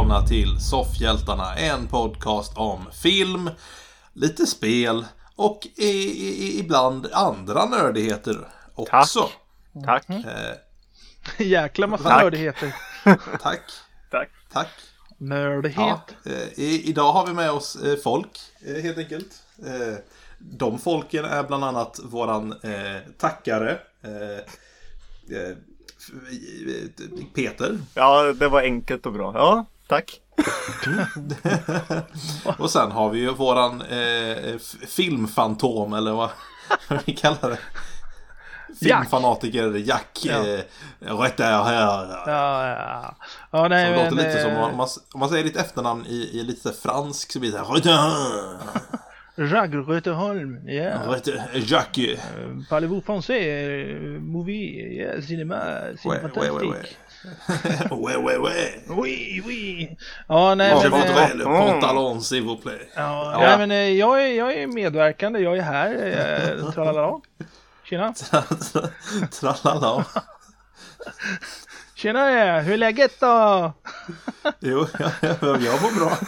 välkomna till Soffhjältarna, en podcast om film, lite spel och ibland andra nördigheter också. Tack. Jäkla massa nördigheter. Tack. Nördighet. Ja, idag har vi med oss folk, helt enkelt. De folken är bland annat våran tackare Peter. Ja, det var enkelt och bra. Ja, tack. Och sen har vi ju våran filmfantom, eller vad vi kallar det. Filmfanatiker Jack. Rätt där här. Ja, nej, så det låter lite som om man säger ditt efternamn i lite fransk så blir det här. Jacques Röteholm, Jack. Parlez-vous français? Movie, yeah, cinéma, fantastique. Oui. Ja, nej, Je voudrais le pantalon, s'il vous plaît. Ja, men jag är medverkande, jag är här. Tralala. Tjena. Tralala. Tjena, hur är läget då? Jo, jag mår bra.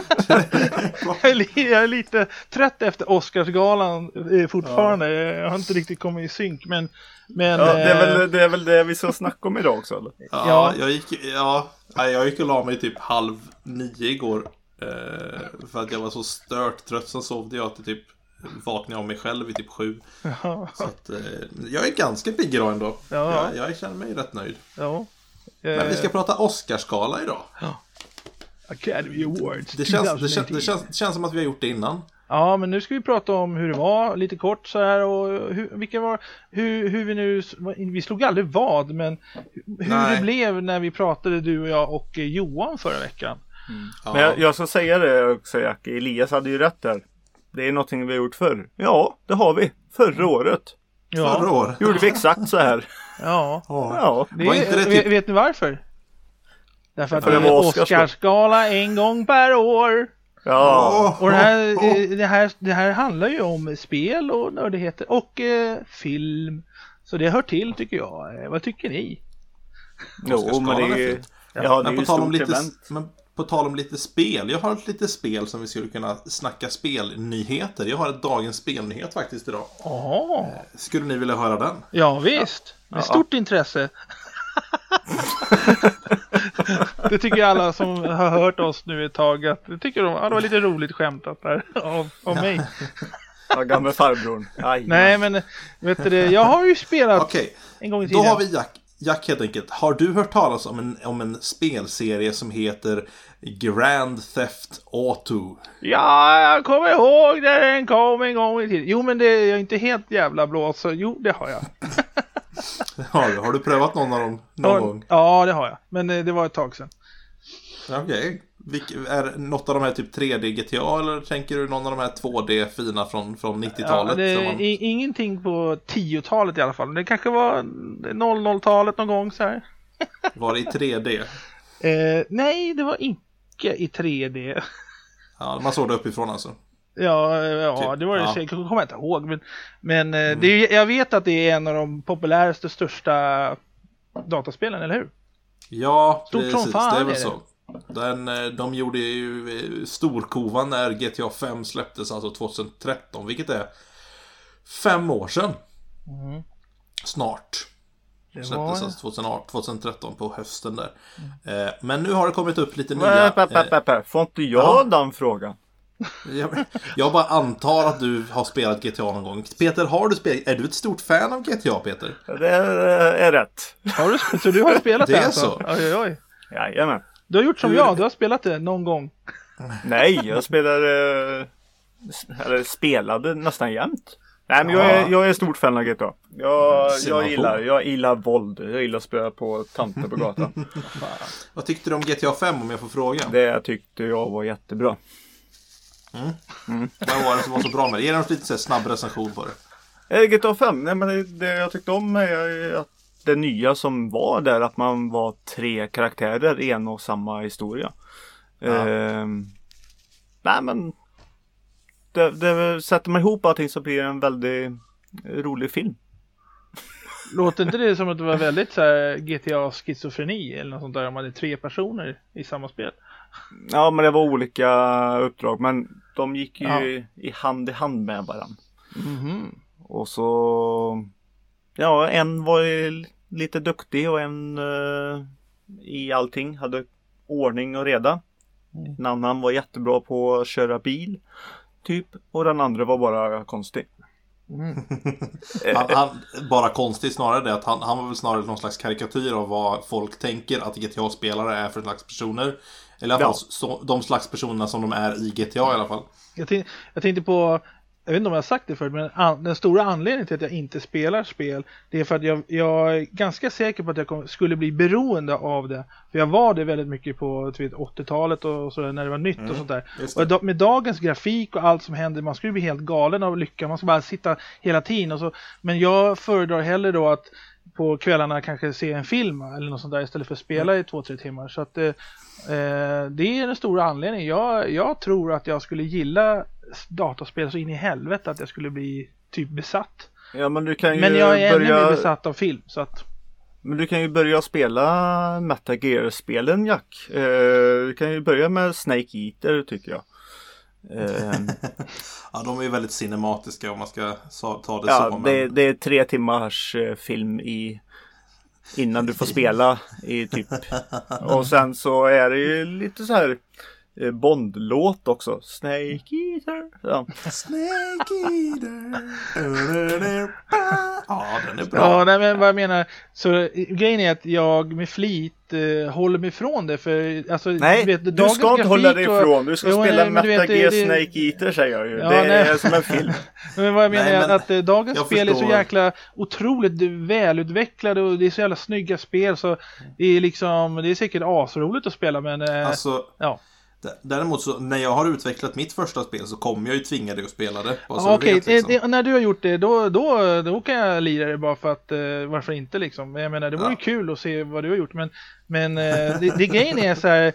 Jag är lite trött efter Oscarsgalan fortfarande. Jag har inte riktigt kommit i synk, men ja, det är väl det vi ska snacka om idag också, eller? Ja, jag gick och la mig typ 8:30 igår. För att jag var så stört trött, så sovde jag till typ vaknade av mig själv i typ 7. Så att, jag är ganska pigg idag ändå. Jag känner mig rätt nöjd. Men vi ska prata Oscarsgala idag. Academy Awards. Det känns som att vi har gjort det innan. Ja, men nu ska vi prata om hur det var lite kort så här, och hur vi nu, vi slog aldrig vad, men hur det blev när vi pratade, du och jag och Johan förra veckan. Ja. Men jag ska säga det också, Jack. Elias hade ju rätt där. Det är någonting vi har gjort förr. Ja, det har vi. Förra året. Förra året gjorde vi exakt så här. Ja. Vet ni varför? Därför att det är Oscarsgala en gång per år. Ja. Och det här handlar ju om spel och nördigheter och film. Så det hör till, tycker jag. Vad tycker ni? Jo, men det är... Ja, det är ju stort event. Men på tal om lite spel. Jag har ett litet spel som vi skulle kunna snacka spelnyheter. Jag har ett dagens spelnyhet faktiskt idag. Skulle ni vilja höra den? Ja, visst. Med stort intresse. Det tycker alla som har hört oss nu ett tag, att det tycker de, det var lite roligt skämtat där av mig. Ja, gamla farbrorn. Nej, men vet du det, jag har ju spelat en gång i tiden. Då har vi Jack helt enkelt. Har du hört talas om en spelserie som heter Grand Theft Auto? Ja, jag kommer ihåg när den kom en gång i tiden. Jo, men det är jag inte helt jävla blå, så jo, det har jag. Har du prövat någon av dem någon gång? Ja, det har jag. Men det var ett tag sedan. Okej. Är något av de här typ 3D GTA, eller tänker du någon av de här 2D fina från 90-talet? Det är ingenting på 10-talet i alla fall. Det kanske var 00-talet någon gång så här. Var det i 3D? Nej, det var inte i 3D. Ja, man såg det uppifrån alltså. Ja, typ, det var det. Jag kommer inte ihåg. Men det är, jag vet att det är en av de populäraste, största dataspelen, eller hur? Ja, stort precis. Som fan det är väl så. De gjorde ju storkovan när GTA 5 släpptes, alltså 2013, vilket är 5 år sedan. Snart. Det släpptes alltså 2013 på hösten där. Men nu har det kommit upp lite nya... Får inte jag den frågan? Jag bara antar att du har spelat GTA någon gång. Peter, är du ett stort fan av GTA, Peter? Det är rätt. Så du har spelat det alltså? Så? Oj. Jajamän. Du har gjort som jag, du har spelat det någon gång. Nej, jag spelade nästan jämt. Nej, men jag är stort fan av GTA. Jag gillar våld. Jag gillar att spela på tanter på gatan. Vad tyckte du om GTA 5, om jag får fråga? Det tyckte jag var jättebra. Vad var det som var så bra med det? Ge dem lite så snabb recension på det. GTA 5, nej, men det jag tyckte om är att det nya som var där, att man var 3 karaktärer i en och samma historia. Nej, men det sätter man ihop allting så blir det en väldigt rolig film. Låter inte det som att det var väldigt så här GTA-schizofreni eller något sånt där om man hade 3 personer i samma spel? Ja, men det var olika uppdrag, men de gick ju i hand med varandra. Och så en var ju lite duktig och en i allting hade ordning och reda. En annan var jättebra på att köra bil typ, och den andra var bara konstig. Han bara konstigt snarare det att han var väl snarare någon slags karikatyr av vad folk tänker att GTA-spelare är för slags personer. Eller i alla fall de slags personerna som de är i GTA i alla fall. Jag tänkte på, jag vet inte om jag har sagt det förut, men den stora anledningen till att jag inte spelar spel, det är för att jag är ganska säker på att jag skulle bli beroende av det. För jag var det väldigt mycket på 80-talet och så när det var nytt och sånt där. Och med dagens grafik och allt som händer, man skulle bli helt galen av lycka. Man ska bara sitta hela tiden och så. Men jag föredrar hellre då att på kvällarna kanske se en film eller något sånt där istället för att spela i 2-3 timmar. Så att det är den stora anledningen. Jag tror att jag skulle gilla dataspel så in i helvete att jag skulle bli typ besatt. Ja, men jag är ännu mer besatt av film så att... Men du kan ju börja spela Metal Gear-spelen, Jack. Du kan ju börja med Snake Eater, tycker jag. Ja, de är ju väldigt cinematiska om man ska ta det ja, så. Men... Det är 3 timmars film innan du får spela i typ. Och sen så är det ju lite så här Bond-låt också. Snake Eater. Ja. Snake Eater. Ja, den är bra. Ja, nej, men vad jag menar, så grejen är att jag med flit håller mig ifrån det, för alltså, nej, du ska inte hålla dig ifrån. Du ska spela Metal Gear Snake Eater, säger jag ju. Ja, det är som en film. Men vad jag menar är att dagens spel är så jäkla otroligt välutvecklade och det är så jävla snygga spel, så det är liksom, det är säkert asroligt att spela, men alltså, ja. Däremot så när jag har utvecklat mitt första spel så kommer jag ju tvinga dig att spela det. Okej, liksom. När du har gjort det då kan jag lira det bara för att varför inte liksom. Jag menar, det vore ju kul att se vad du har gjort, men det grejen är så här,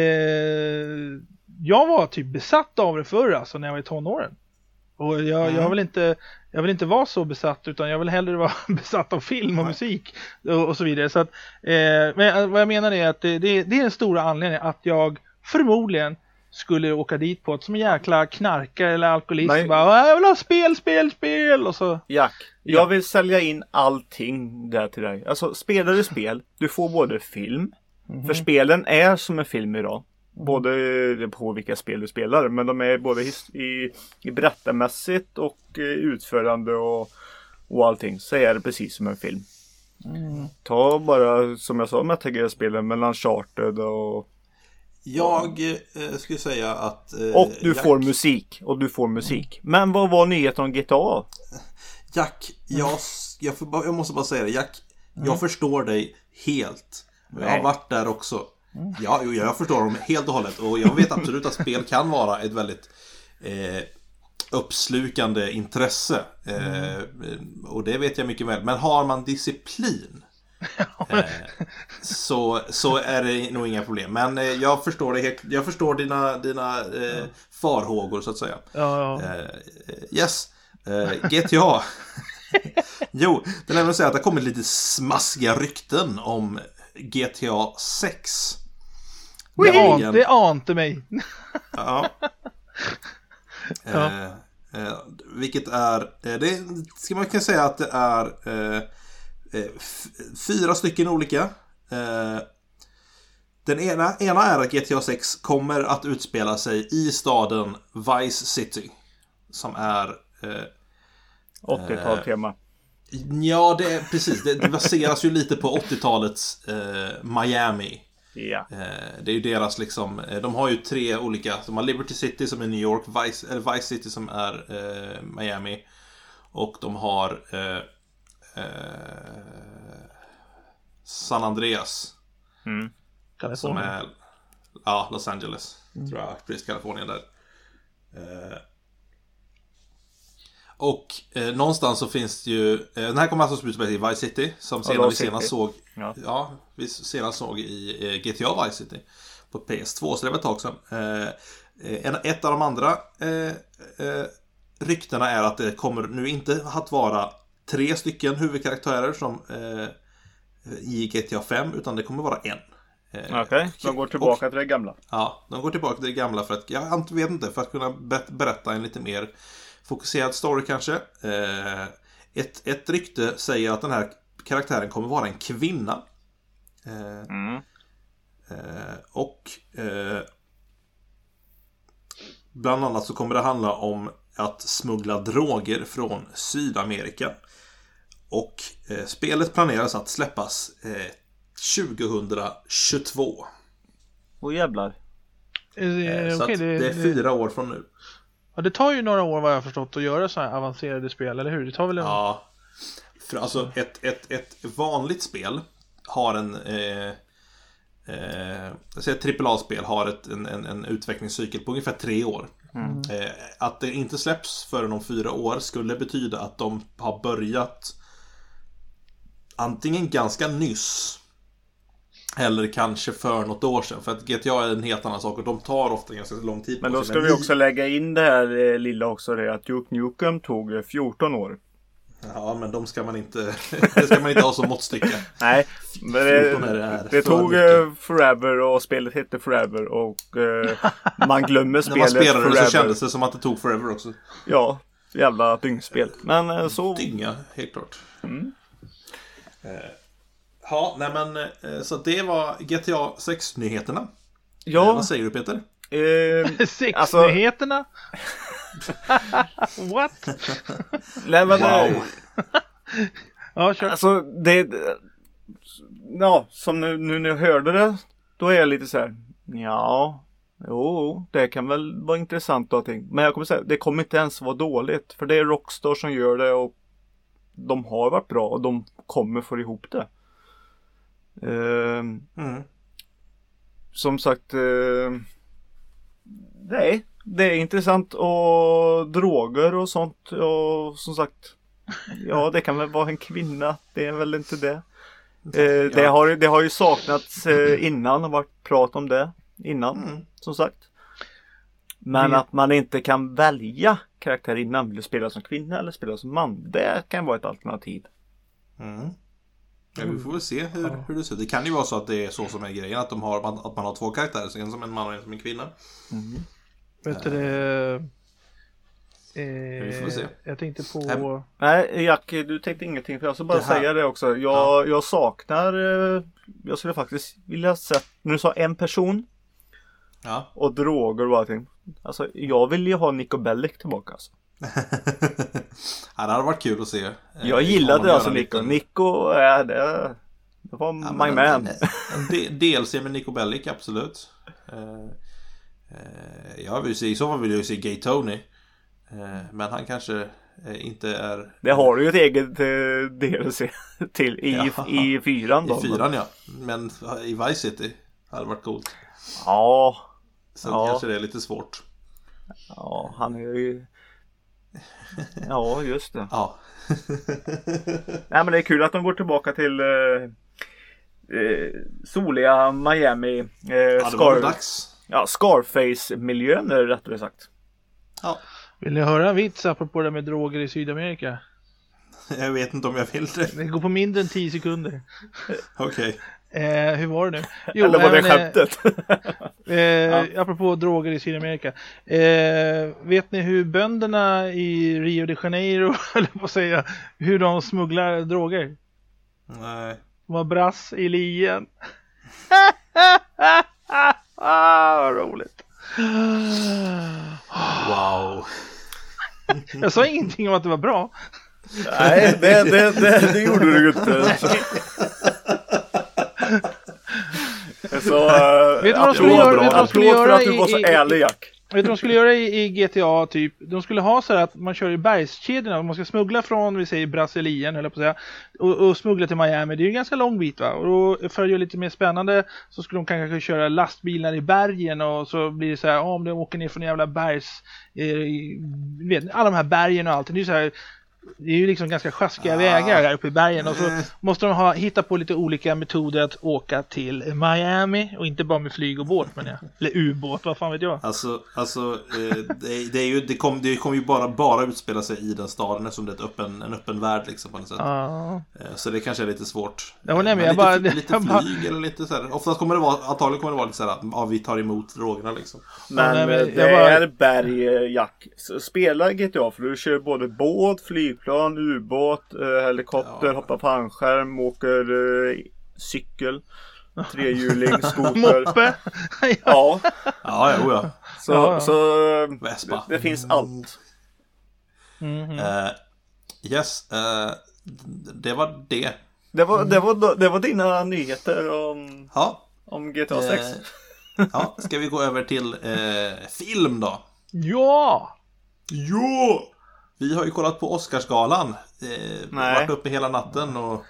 jag var typ besatt av det förr, alltså när jag var i tonåren. Och jag vill inte vara så besatt, utan jag vill hellre vara besatt av film och musik och så vidare. Så att, men vad jag menar är att det är den stora anledningen att jag förmodligen skulle åka dit på ett som en jäkla knarkare eller alkoholist och bara, jag vill ha spel och så. Jack, jag vill sälja in allting där till dig. Alltså, spelar du spel, du får både film, för spelen är som en film idag. Både på vilka spel du spelar, men de är både i berättarmässigt och utförande och allting, så är det precis som en film. Ta bara, som jag sa, med TG-spelen mellan Uncharted och... Jag skulle säga att... och du får musik. Men vad var nyheten om GTA? Jack, jag måste bara säga det. Jack, jag förstår dig helt. Jag har varit där också. Ja, jag förstår dem helt och hållet. Och jag vet absolut att spel kan vara ett väldigt uppslukande intresse. Och det vet jag mycket väl. Men har man disciplin... så är det nog inga problem. Men jag förstår dina farhågor så att säga. Yes. GTA. Jo, det lär mig säga att det kommer lite smaskiga rykten om GTA 6. Det ante mig. Ja. Vilket är det ska man kunna säga att det är 4 stycken olika. Den ena är att GTA 6 kommer att utspela sig i staden Vice City, som är 80-tal-tema. Ja, det är precis. Det baseras ju lite på 80-talets Miami. Ja. Det är ju deras liksom, de har ju 3 olika. De har Liberty City som är New York, Vice City som är Miami, och de har San Andreas som är Los Angeles, tror jag, precis, Kalifornien där. Och någonstans så finns det ju, den här kommer alltså utspela i Vice City, som vi senast såg i GTA Vice City på PS2, så det var ett tag sedan. Ett av de andra ryktena är att det kommer nu inte att vara 3 stycken huvudkaraktärer som i GTA 5, utan det kommer vara en. Okej, de går tillbaka till det gamla. Ja, de går tillbaka till det gamla för att, jag vet inte, för att kunna berätta en lite mer fokuserad story kanske. Ett rykte säger att den här karaktären kommer vara en kvinna. Och bland annat så kommer det handla om att smuggla droger från Sydamerika. Och spelet planeras att släppas 2022. Åh jävlar. Så okay, det är 4 år från nu. Ja, det tar ju några år vad jag har förstått att göra så här avancerade spel, eller hur? Det tar väl en... Ja, för alltså ett vanligt spel har en ett AAA-spel har en utvecklingscykel på ungefär 3 år. Att det inte släpps förrän om 4 år skulle betyda att de har börjat antingen ganska nyss eller kanske för något år sedan. För att GTA är en helt annan sak och de tar ofta ganska lång tid. Men då ska vi också lägga in det här lilla också, det att Duke Nukem tog 14 år. Ja, men de ska man inte det ska man inte ha som måttstycke. Nej, men det tog Forever och spelet hette Forever och man glömmer spelet. När man spelade Forever. så kändes det som att det tog Forever också. Ja, jävla dyngspel. Men så... Dynga, helt klart. Ja, nej men så det var GTA 6-nyheterna. Ja. Vad säger du, Peter? 6-nyheterna? What? Nej, men, wow. Ja, kör. Alltså, ja, som nu när jag hörde det, då är jag lite så här. Ja, jo, det kan väl vara intressant och allting. Men jag kommer säga, det kommer inte ens vara dåligt. För det är Rockstar som gör det och de har varit bra och de kommer få ihop det. Som sagt, nej, det är intressant och droger och sånt och som sagt, ja, det kan väl vara en kvinna, det är väl inte det. Det har ju saknats innan och varit prat om det innan, som sagt. Men att man inte kan välja karaktär innan, vill du spela som kvinna eller spela som man, det kan vara ett alternativ. Ja, vi får väl se hur det ser ut. Det kan ju vara så att det är så som är grejen, att man har 2 karaktärer, en som en man och en som en kvinna. Vet du vi får se. Jag tänkte på... Nej, Jack, du tänkte ingenting, för jag ska bara säga det också. Jag saknar, jag skulle faktiskt vilja säga, när du sa en person och droger och allting. Alltså, jag vill ju ha Nico Bellic tillbaka alltså. Ja, det hade varit kul att se. Jag gillade alltså Nico. Nico, det var my man. DLC med Nico Bellic, absolut. Jag vill se, i så fall vill jag se Gay Tony. Men han kanske inte är... Det har du ju ett eget DLC till i 4:an då. I 4:an, ja. Men i Vice City hade varit coolt. Ja. Sen kanske det är lite svårt. Ja, han är ju... Ja, just det. Ja. Nej, men det är kul att de går tillbaka till soliga Miami. Det var dags. Ja, Scarface-miljön är det rättare sagt. Ja. Vill ni höra en vits apropå det med droger i Sydamerika? Jag vet inte om jag vill det. Det går på mindre än 10 sekunder. Okej. Hur var det nu? Jo, eller var det skämtet? Apropå droger i Sydamerika. Vet ni hur bönderna i Rio de Janeiro, eller på att säga, hur de smugglar droger? Nej. De var brass i lien. Vad roligt. Wow. Jag sa ingenting om att det var bra. Nej, det gjorde du inte. Så, vet du vad de skulle göra att du var så ärlig, Jack. Vet du vad de skulle göra i GTA typ? De skulle ha så här att man kör i bergskedjorna. Man ska smuggla från, vi säger Brasilien eller på att säga, och smuggla till Miami. Det är ju en ganska lång bit, va? Och då, för att göra lite mer spännande, så skulle de kanske köra lastbilar i bergen. Och så blir det så här, om de åker ner från jävla bergs, vet, alla de här bergen och allt. Det är ju så här det är ju liksom ganska sjaskiga vägar här uppe i bergen och så måste de hitta på lite olika metoder att åka till Miami och inte bara med flyg och båt eller ubåt, vad fan vet jag. Det kommer ju bara utspela sig i den staden eftersom det är en öppen värld liksom på något sätt. Så det kanske är lite svårt. Lite flyg eller lite så här. Oftast kommer det vara lite så här att vi tar emot frågorna liksom. Men det är berg, Jack. Spela GTA för du kör både båt, flygplan, ubåt, helikopter, hoppar fallskärm, åker cykel, trehjuling, skoter. Moppe. Ja. Ja. Så det finns allt. Yes. Det var det. Det var dina nyheter om GTA 6. Ja, ska vi gå över till film då? Ja! Jo! Vi har ju kollat på Oscarsgalan. Varit uppe hela natten och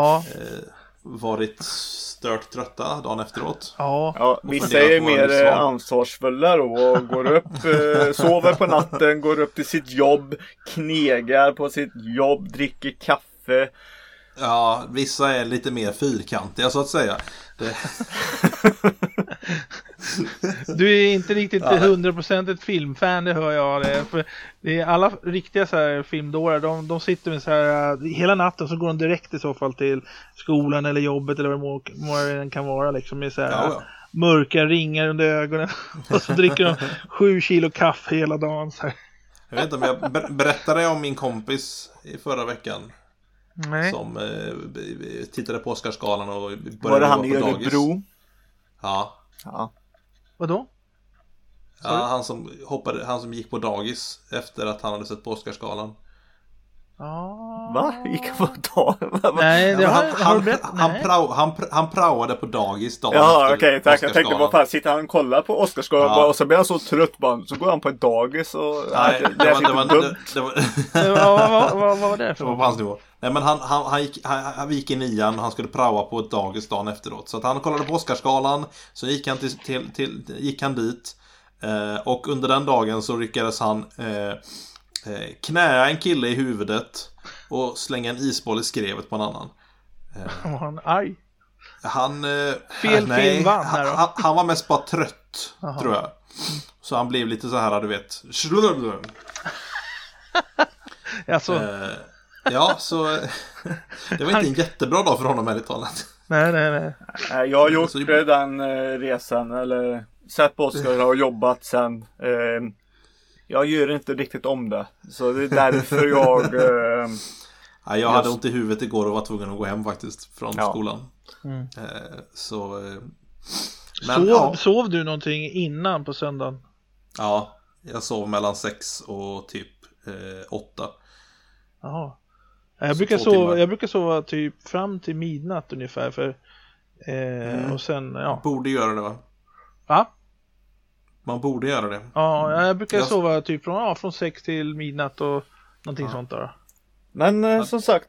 varit stört trötta dagen efteråt. Ja, vissa är mer ansvarsfulla då och går upp, sover på natten, går upp till sitt jobb, knegar på sitt jobb, dricker kaffe. Ja, vissa är lite mer fyrkantiga så att säga. Du är inte riktigt 100% ett filmfan, det hör jag det. För det är alla riktiga så här filmdårar, de sitter med så här hela natten, så går de direkt i så fall till skolan eller jobbet eller vad det kan vara liksom, med så här mörka ringar under ögonen och så dricker de 7 kilo kaffe hela dagen så här. Jag vet inte om jag berättade om min kompis i förra veckan. Nej. Som tittade på Oscarsgalan och började var det han gå på dagis. Örebro? Ja. Vadå? Ja, han som gick på dagis efter att han hade sett på Oscarsgalan. Va? Gick han på dagis? Nej, det han praoade på dagis dagen efter. Okej, tack. Jag tänkte, vad fan, sitter han och kollar på Oscarsgalan och så blir han så trött bara, så går han på ett dagis och... Nej, vad var det för? Det var på hans nivå. Nej, men han gick i 9:an och han skulle praoa på ett dagis dagen efteråt. Så att han kollade på Oscarsgalan, så gick han dit. Och under den dagen så lyckades han knäa en kille i huvudet och slänga en isboll i skrevet på en annan. Var han arg? Film vann här då. Han var mest bara trött, tror jag. Så han blev lite så här, du vet. Alltså. Ja, så det var inte en jättebra dag för honom, ärligt talat. Nej. Jag har gjort den resan, eller sett på Oscar och jobbat sen. Jag gör inte riktigt om det. Så det är därför jag hade ont i huvudet igår och var tvungen att gå hem faktiskt från skolan. Sov du någonting innan på söndagen? Ja, jag sov mellan 6 och typ 8. Jaha. Jag brukar sova typ fram till midnatt ungefär för och sen borde göra det, va? Va? Man borde göra det. Ja, jag brukar sova typ från 6 till midnatt och någonting sånt där. Men som sagt,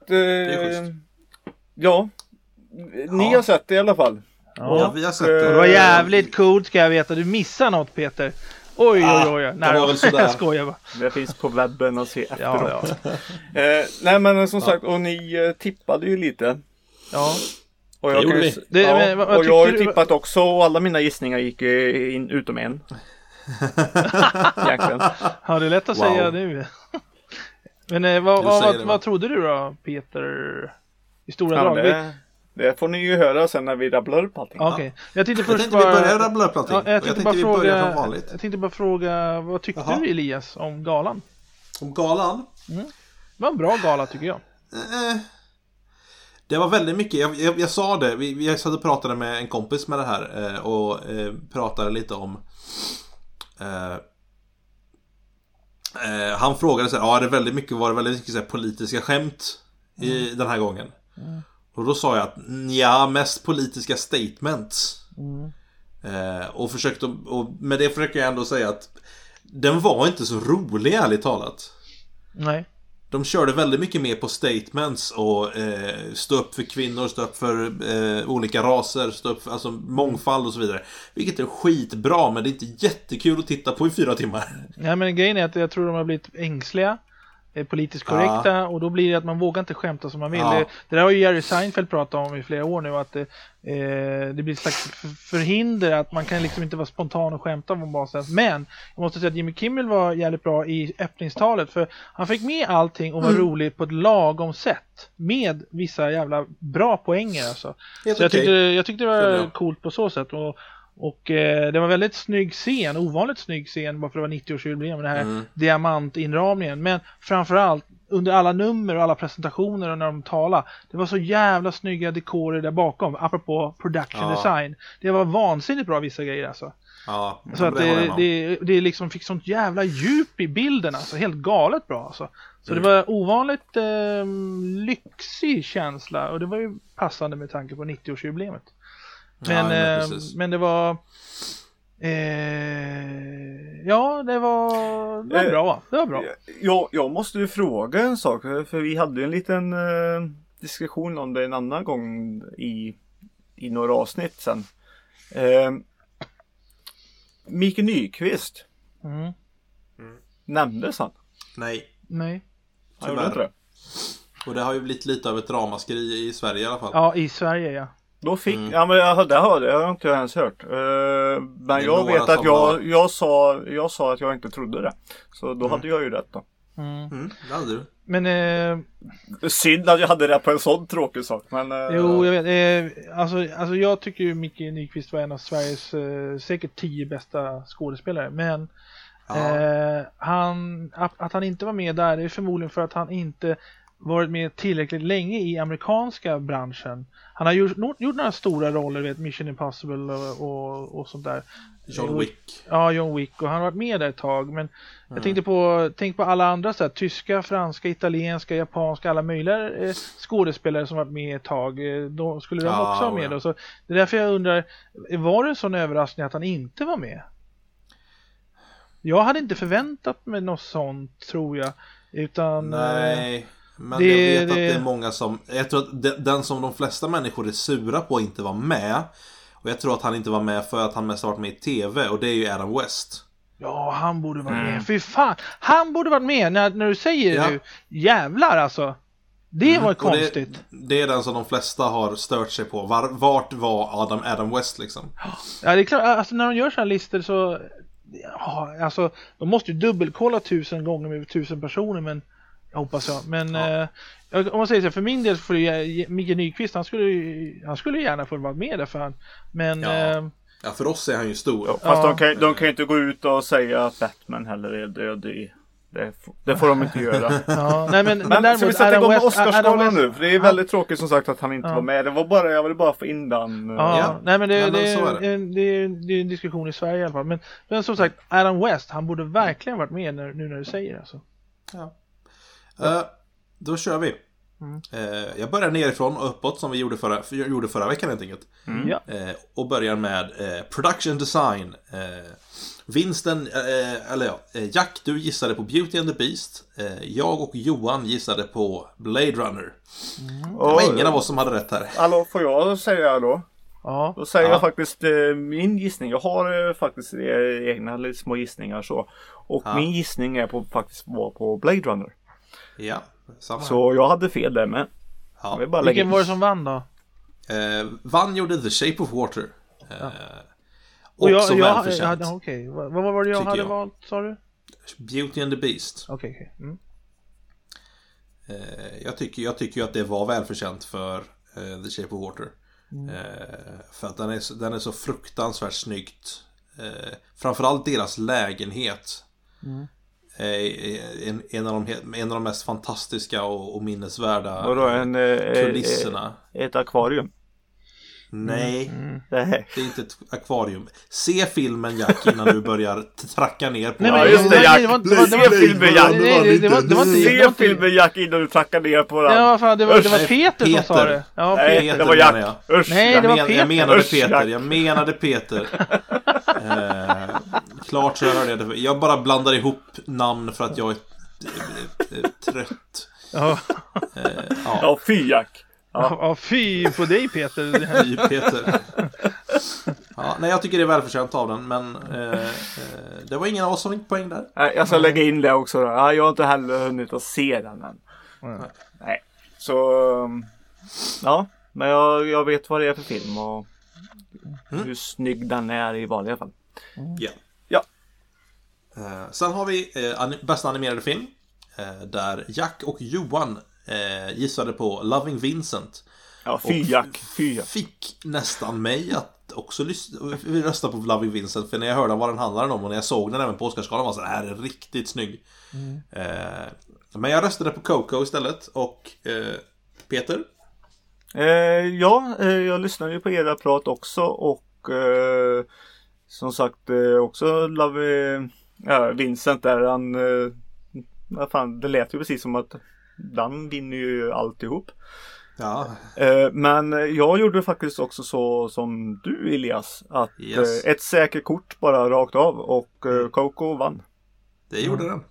ni har sett det i alla fall. Ja, vi har sett det. Det var jävligt coolt, ska jag veta. Du missar något, Peter. Oj. Nej, det var väl sådär. Jag skojar bara. Det finns på webben att se efteråt. Nej, men som sagt, och ni tippade ju lite. Ja. Och jag har ju tippat också, och alla mina gissningar gick in utom en. Egentligen. Ja, det är lätt att säga nu. Men vad trodde du då, Peter? I stora drag? Det får ni ju höra sen när vi rabblar upp allting. Okej. Jag tänkte vi börjar rabbla upp allting. Jag tänkte vi börjar som vanligt. Jag tänkte bara fråga, vad tyckte du, Elias, om galan? Om galan? Det var en bra gala, tycker jag. Det var väldigt mycket, jag sa det, vi satt och pratade med en kompis med det här och pratade lite om han frågade så här, var det väldigt mycket så här, politiska skämt i den här gången. Och då sa jag att mest politiska statements. Och med det försöker jag ändå säga att den var inte så rolig, ärligt talat. Nej. De körde väldigt mycket mer på statements och stå upp för kvinnor, stå upp för olika raser, stå upp för alltså, mångfald och så vidare. Vilket är skitbra, men det är inte jättekul att titta på i 4 timmar. Ja, men grejen är att jag tror de har blivit ängsliga. politiskt korrekta och då blir det att man vågar inte skämta som man vill. Ja. Det där har ju Jerry Seinfeld pratat om i flera år nu, att det blir ett slags förhinder att man kan liksom inte vara spontan och skämta om basen. Men jag måste säga att Jimmy Kimmel var jävligt bra i öppningstalet, för han fick med allting och var roligt på ett lagom sätt med vissa jävla bra poänger alltså. Så jag tyckte det var coolt på så sätt, och det var väldigt snygg scen, ovanligt snygg scen bara för att det var 90-årsjubileum med den här diamantinramningen, men framförallt under alla nummer och alla presentationer och när de talade, det var så jävla snygga dekorer där bakom, apropå production design. Det var vansinnigt bra vissa grejer alltså. Ja, så att det liksom fick sånt jävla djup i bilden alltså, helt galet bra alltså. Så det var ovanligt lyxig känsla, och det var ju passande med tanke på 90-årsjubileumet. Men det var det var bra. Det var bra. Jag måste ju fråga en sak, för vi hade ju en liten diskussion om det en annan gång i några avsnitt sen. Micke Nyqvist. Nämndes han? Nej. Tyvärr. Och det har ju blivit lite av ett ramaskri i Sverige i alla fall. Ja, i Sverige, ja. Då fick, ja men det har jag inte ens hört. Men jag vet att jag sa att jag inte trodde det. Så då hade jag ju rätt då. Det hade du. Men synd att jag hade rätt på en sån tråkig sak. Men, jo, jag vet. Alltså jag tycker ju Micke Nyqvist var en av Sveriges säkert 10 bästa skådespelare. Men att han inte var med där är förmodligen för att han inte varit med tillräckligt länge i amerikanska branschen. Han har gjort några stora roller, vet, Mission Impossible och sånt där. John Wick. Ja, John Wick, och han har varit med där ett tag. Men jag tänkte på alla andra så här, tyska, franska, italienska, japanska, alla möjliga skådespelare som varit med ett tag. Då skulle de också vara med. Så det är därför jag undrar, var det en sån överraskning att han inte var med? Jag hade inte förväntat mig något sånt, tror jag. Utan nej. Men jag vet att det är många som, jag tror att den som de flesta människor är sura på inte var med. Och jag tror att han inte var med för att han mest har varit med i tv. Och det är ju Adam West. Ja, han borde vara med. Fy fan, han borde varit med när du säger det nu. Jävlar alltså. Det var konstigt. Det är den som de flesta har stört sig på. Vart var Adam West liksom? Ja, det är klart. Alltså när de gör så här listor så, ja, alltså de måste ju dubbelkolla 1000 gånger med 1000 personer, men jag hoppas jag. Men om man säger så, för min del får Micke Nyqvist, han skulle gärna få vara med där för han. Men ja, för oss är han ju stor. Ja, fast de kan ju inte gå ut och säga att Batman heller är död. Det får de inte göra. Ja, nej, men ska vi sätta igång med Oscarsgalan nu? För det är väldigt tråkigt som sagt att han inte var med. Jag ville bara få in den. Nej, men det är en diskussion i Sverige i alla fall. Men som sagt, Adam West, han borde verkligen varit med nu när du säger det. Alltså. Ja. Då kör vi. Jag börjar nerifrån och uppåt som vi gjorde förra veckan helt enkelt. Och börjar med production design. Vinsten, Jack, du gissade på Beauty and the Beast. Jag och Johan gissade på Blade Runner. Det var ingen av oss som hade rätt här. Hallå, får jag säga då? Ja. Då säger jag faktiskt min gissning. Jag har faktiskt egna lite små gissningar så. Och min gissning är var på Blade Runner. Ja, samma. Så jag hade fel där med. Vilken var det som vann då? Vann gjorde The Shape of Water. Också välförtjänt. Okej. Vad var det jag hade valt, sa du? Beauty and the Beast. Okej. Jag tycker ju att det var välförtjänt för The Shape of Water. För att den är så fruktansvärt snyggt. Framförallt deras lägenhet. En av de mest fantastiska och minnesvärda kulisserna. Ett akvarium. Nej, det är inte ett akvarium. Se filmen, Jack, innan du börjar tracka ner på. Nej, just det, Jack. Se filmen, Jack, innan du trackar ner på den. Ja, fan, det var Peter som sa det. Ja, nej, det var Jack. Nej, det var Peter. Jag menade Peter. Klart så hörde jag det. Jag bara blandar ihop namn för att jag är trött. Ja, fy Jack. Ja, fy på dig, Peter. Fy, Peter. Ja, nej, jag tycker det är välförtjänt av den, men det var ingen av oss som fick poäng där. Jag ska lägga in det också då. Ja, jag har inte heller hunnit att se den än. Nej. Så ja, men jag vet vad det är för film och hur snygg den är i vanliga fall. Ja. Ja. Sen har vi bästa animerade film, där Jack och Johan gissade på Loving Vincent. Ja, Jack. Fick nästan mig att också rösta på Loving Vincent, för när jag hörde vad den handlade om och när jag såg den även på Oscarsgalan var så här är riktigt snygg. Men jag röstade på Coco istället. Och Peter? Jag lyssnade ju på era prat också och som sagt också Vincent där han det lät ju precis som att den vinner ju alltihop. Ja. Men jag gjorde faktiskt också så som du, Elias, att ett säkert kort bara rakt av och Coco vann. Det gjorde den.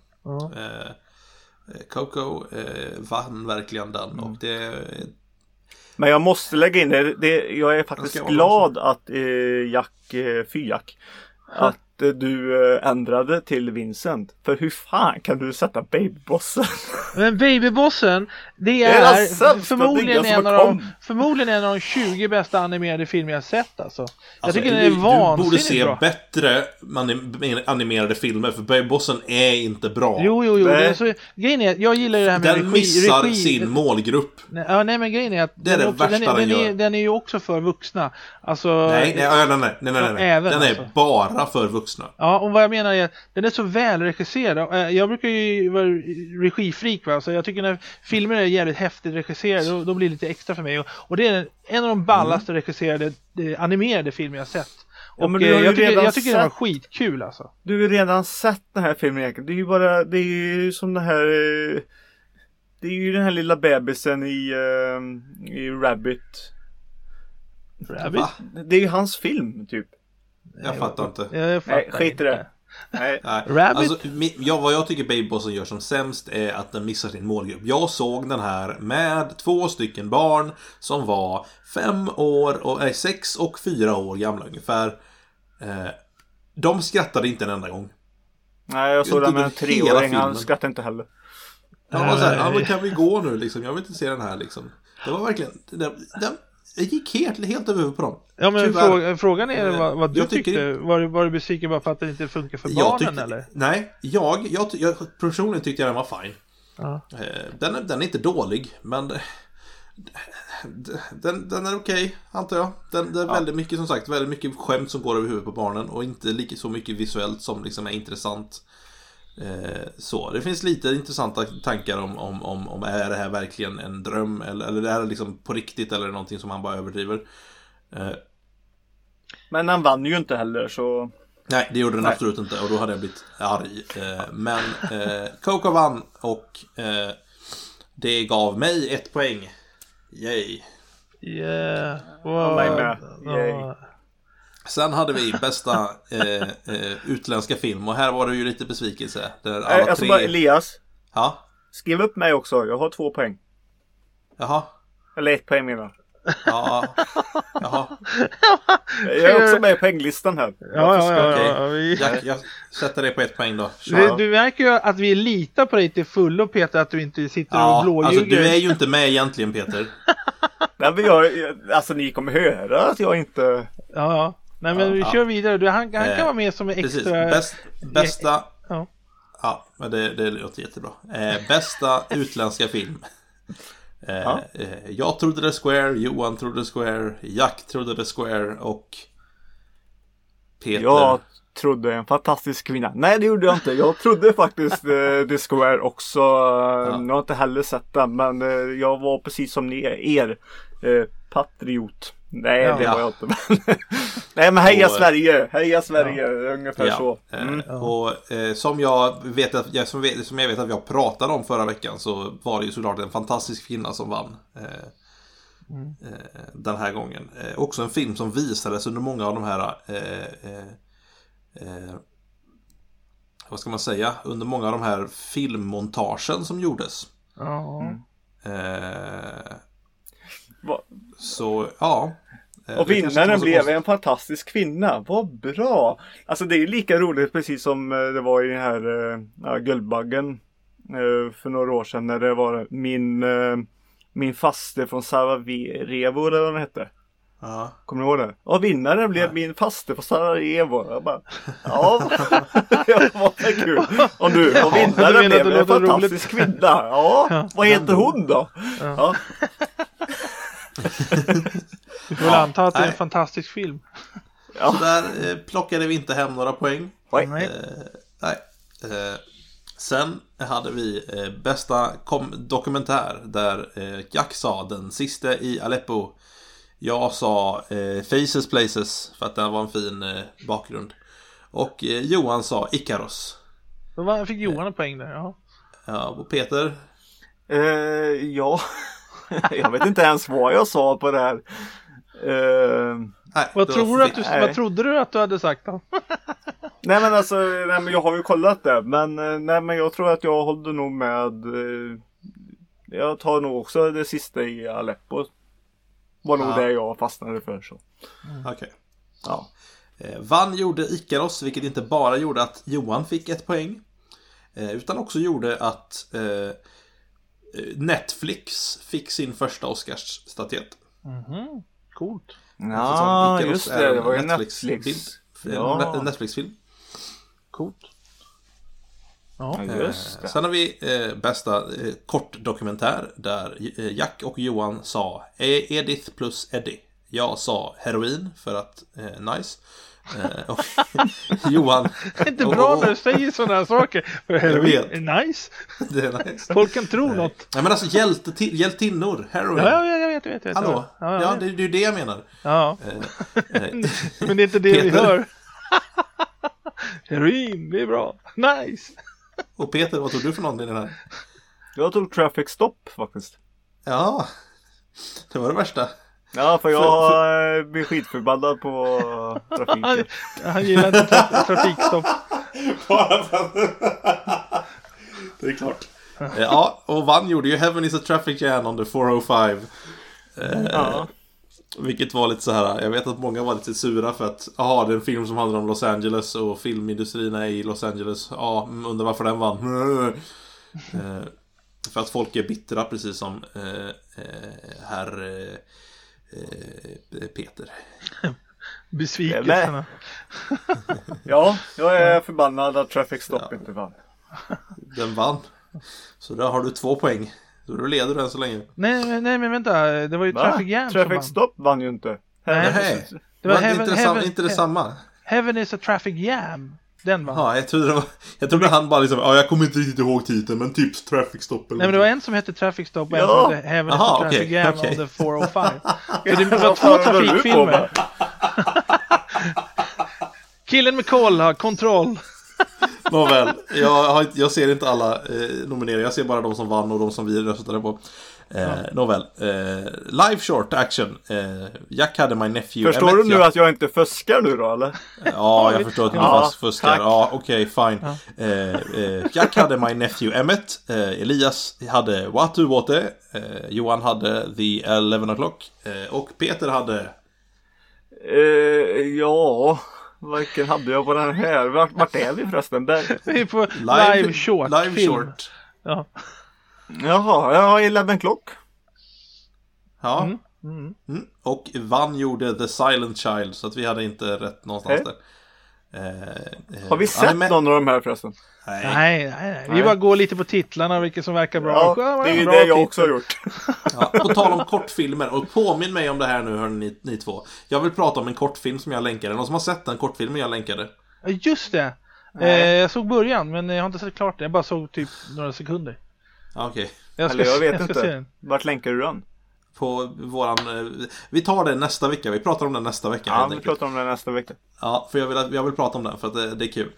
Coco vann verkligen den och det. Men jag måste lägga in det jag är faktiskt glad att Jack att du ändrade till Vincent. För hur fan kan du sätta Babybossen? Men Babybossen, det är förmodligen en av de 20 bästa animerade filmer jag sett alltså. Jag tycker den är vansinnigt bra. Du borde se bättre animerade filmer, för Babybossen är inte bra. Jo. Det är så, grejen är att jag gillar det här med den missar sin målgrupp. Nej, men grejen är att det är det värsta den gör. Den är ju också för vuxna. Alltså, nej. Den är bara för vuxna. Ja, och vad jag menar är att den är så välregisserad. Jag brukar ju vara regifreak, va? Så jag tycker när filmer är jävligt häftigt regisserade då blir det lite extra för mig. Och det är en av de ballaste regisserade animerade filmer jag sett. Och jag tycker det var skitkul alltså. Du har ju redan sett den här filmen. Det är ju som den här det är ju den här lilla bebisen i Rabbit. Det är ju hans film typ. Jag fattar inte. Nej, skit i det. Nej. Alltså, vad jag tycker Babybossen gör som sämst är att den missar sin målgrupp. Jag såg den här med 2 stycken barn som var 6 och 4 år gamla ungefär. De skrattade inte en enda gång. Nej, jag såg den med en 3-åring. Han skrattade inte heller. Jag var såhär, men kan vi gå nu liksom? Jag vill inte se den här liksom. Det var verkligen jag gick helt över på dem. Ja, men frågan är vad du tyckte. Var du besviken bara för att det inte funkar för barnen eller? Nej, jag personligen tyckte jag den var fine. Den är inte dålig, men den är okej, antar jag. Det är väldigt mycket, som sagt, väldigt mycket skämt som går över huvudet på barnen och inte lika så mycket visuellt som liksom är intressant. Så det finns lite intressanta tankar om är det här verkligen en dröm eller är det här liksom på riktigt eller någonting som man bara överdriver. Men han vann ju inte heller så. Nej, det gjorde den absolut inte och då hade jag blivit arg. Men Coco vann och det gav mig 1 poäng. Yay. Yeah. Wow. Yay. Sen hade vi bästa utländska film och här var det ju lite besvikelse. Alltså bara Elias. Ja? Skriv upp mig också, jag har 2 poäng. Jaha. Eller 1 poäng menar. Ja. Jaha. Jag är också med i poänglistan här. Jag sätter det på 1 poäng då. Du märker ju att vi litar på dig till fullo, Peter, att du inte sitter och blåljuger. Alltså du är ju inte med egentligen, Peter. Nej, men alltså ni kommer höra att jag inte. Ja. Nej, men vi kör vidare. Han kan vara med som extra. Precis. Bästa. Ja, men det låter jättebra. Bästa utländska film. Jag trodde The Square, Johan trodde The Square, Jack trodde The Square och Peter. Jag trodde en fantastisk kvinna. Nej, det gjorde jag inte. Jag trodde faktiskt The Square också. Jag har inte heller sett den, men jag var precis som ni patriot. Nej, det var jag inte. Nej, men heja Sverige. Heja Sverige, ungefär så. Och som jag vet att vi pratade om förra veckan, så var det ju såklart en fantastisk kvinna som vann den här gången. Också en film som visades under många av de här vad ska man säga, under många av de här filmmontagen som gjordes. Så ja, Och vinnaren blev en fantastisk kvinna. Vad bra! Alltså det är lika roligt precis som det var i den här Guldbaggen för några år sedan när det var min faste från Sarajevo eller vad den hette. Ja. Kommer du ihåg det? Och vinnaren blev min faste från Sarajevo. Jag bara, ja, det var så kul. Och vinnaren blev en fantastisk kvinna. Ja, vad heter hon då? Ja. Du får anta att det är en fantastisk film. Ja. Så där plockade vi inte hem några poäng. Nej. Sen hade vi bästa dokumentär där Jack sa Den sista i Aleppo. Jag sa Faces Places för att det var en fin bakgrund. Och Johan sa Ikaros. Då fick Johan en poäng där, ja. Ja, och Peter? Ja, jag vet inte ens vad jag sa på det här. Nej, vad trodde du att du hade sagt då? Nej men jag har ju kollat det. Men jag tror att jag håller nog med. Jag tar nog också det sista i Aleppo. Var nog det jag fastnade för så. Okej. Ja. Vann gjorde Ikaros, vilket inte bara gjorde att Johan fick ett poäng. Utan också gjorde att Netflix fick sin första Oscarsstatyett. Coolt. Ja, just det var ju Netflix. En Netflix-film. Coolt. Ja, just det. Sen har vi bästa kortdokumentär där Jack och Johan sa Edith plus Eddie. Jag sa heroin för att nice. Och Johan. Det är inte bra när du säger sådana här saker. För heroin är nice. Det är nice. Folk kan tro något. Nej men alltså hjältinnor, heroin. Ja, jag vet. Hallå? Ja, det är ju det jag menar. Ja. Men det är inte det vi hör. Heroin, det är bra. Nice. Och Peter, vad tog du för någonting i den här? Jag tog Traffic Stop faktiskt. Ja, det var det värsta. Ja, för jag blir skitförbannad på trafiken. Han gillar inte trafikstopp. Det är klart. Ja, och Vann gjorde ju Heaven is a traffic jam on the 405. Vilket var lite så här. Jag vet att många var lite sura för att det är en film som handlar om Los Angeles och filmindustrin är i Los Angeles. Ja, undrar varför den vann. För att folk är bittra, precis som herr Peter. Besvikelserna. Ja, jag är förbannad att Traffic Stop inte vann. Den vann. Så där har du 2 poäng. Så du leder den så länge. Nej men vänta, det var ju Traffic Jam. Traffic Stop vann ju inte. Nej. Det var inte det samma. Heaven is a Traffic Jam. Den vann. Ja, jag trodde han bara liksom, jag kommer inte riktigt ihåg titeln, men typ Traffic Stop eller. Nej, men det var en som hette Traffic Stop och en som hette Heaven is a Traffic Jam on the 405. Det var 2 trafikfilmer. Killen med koll har kontroll. Nåväl, jag ser inte alla nomineringar. Jag ser bara de som vann och de som vi röstade på. Nåväl, live short action. Jack hade My Nephew. Förstår du nu att jag inte fuskar nu då, eller? Ja, jag förstår att du fuskar. Tack. Ja, okej, fine. Jack hade My Nephew Emmet. Elias hade What Do What. Johan hade The 11 O'Clock. Och Peter hade vilken hade jag på den här? Vart är vi förresten? Vi är på live short. Live short. Ja. Jaha, jag har 11 O'Clock. Ja. Och Vann gjorde The Silent Child. Så att vi hade inte rätt någonstans där. Har vi sett någon av de här förresten? Nej. Vi bara går lite på titlarna, vilket som verkar bra. Ja, det är ju det jag också har gjort. På tal om kortfilmer, och påminn mig om det här nu, hörni, ni två. Jag vill prata om en kortfilm som jag länkade. Någon som har sett den kortfilmen jag länkade? Just det. Jag såg början, men jag har inte sett klart det. Jag bara såg typ några sekunder. Okej. Jag vet inte. Vart länkar du den? På våran... Vi tar det nästa vecka. Vi pratar om den nästa vecka. Ja, vi pratar om den nästa vecka. Ja, för jag vill prata om den för att det är kul.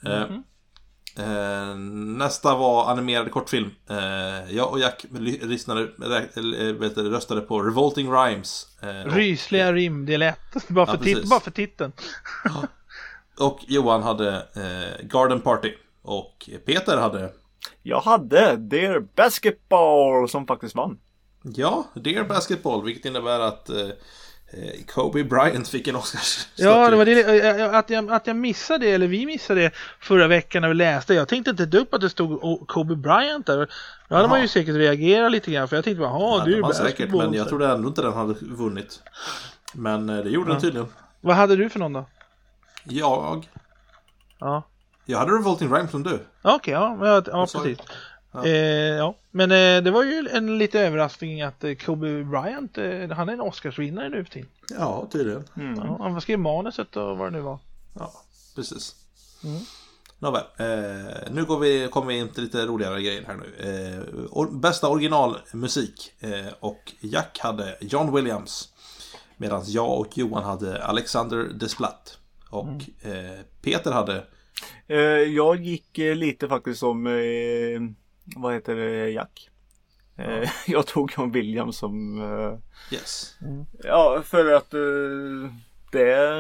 Nästa var animerad kortfilm. Jag och Jack röstade på Revolting Rhymes. Rysliga rim, det är lätt. Bara för titeln. Och Johan hade Garden Party. Och Peter hade... Jag hade Dear Basketball som faktiskt vann. Ja, Dear Basketball, vilket innebär att Kobe Bryant fick en Oscars. Ja, det var det, att jag missade det, eller vi missade det förra veckan när vi läste. Jag tänkte inte upp att det stod Kobe Bryant där. Då hade man ju säkert reagerat lite grann, för jag tänkte bara, du är säkert, men jag trodde ändå inte den hade vunnit. Men det gjorde den tydligen. Vad hade du för någon då? Jag hade Revolting Rhyme som du. Okej, precis. Ja. Men det var ju en lite överraskning att Kobe Bryant, han är en Oscarsvinnare nu för tiden. Ja, tydligen. Ja, han skrev manuset och vad det nu var. Ja, precis. Nåväl, nu kommer vi in till lite roligare grejer här nu. Bästa originalmusik. Och Jack hade John Williams. Medan jag och Johan hade Alexander Desplat. Och Peter hade... Jag gick lite faktiskt som... vad heter det? Jack. Jag tog John Williams som... Yes. Ja, för att det...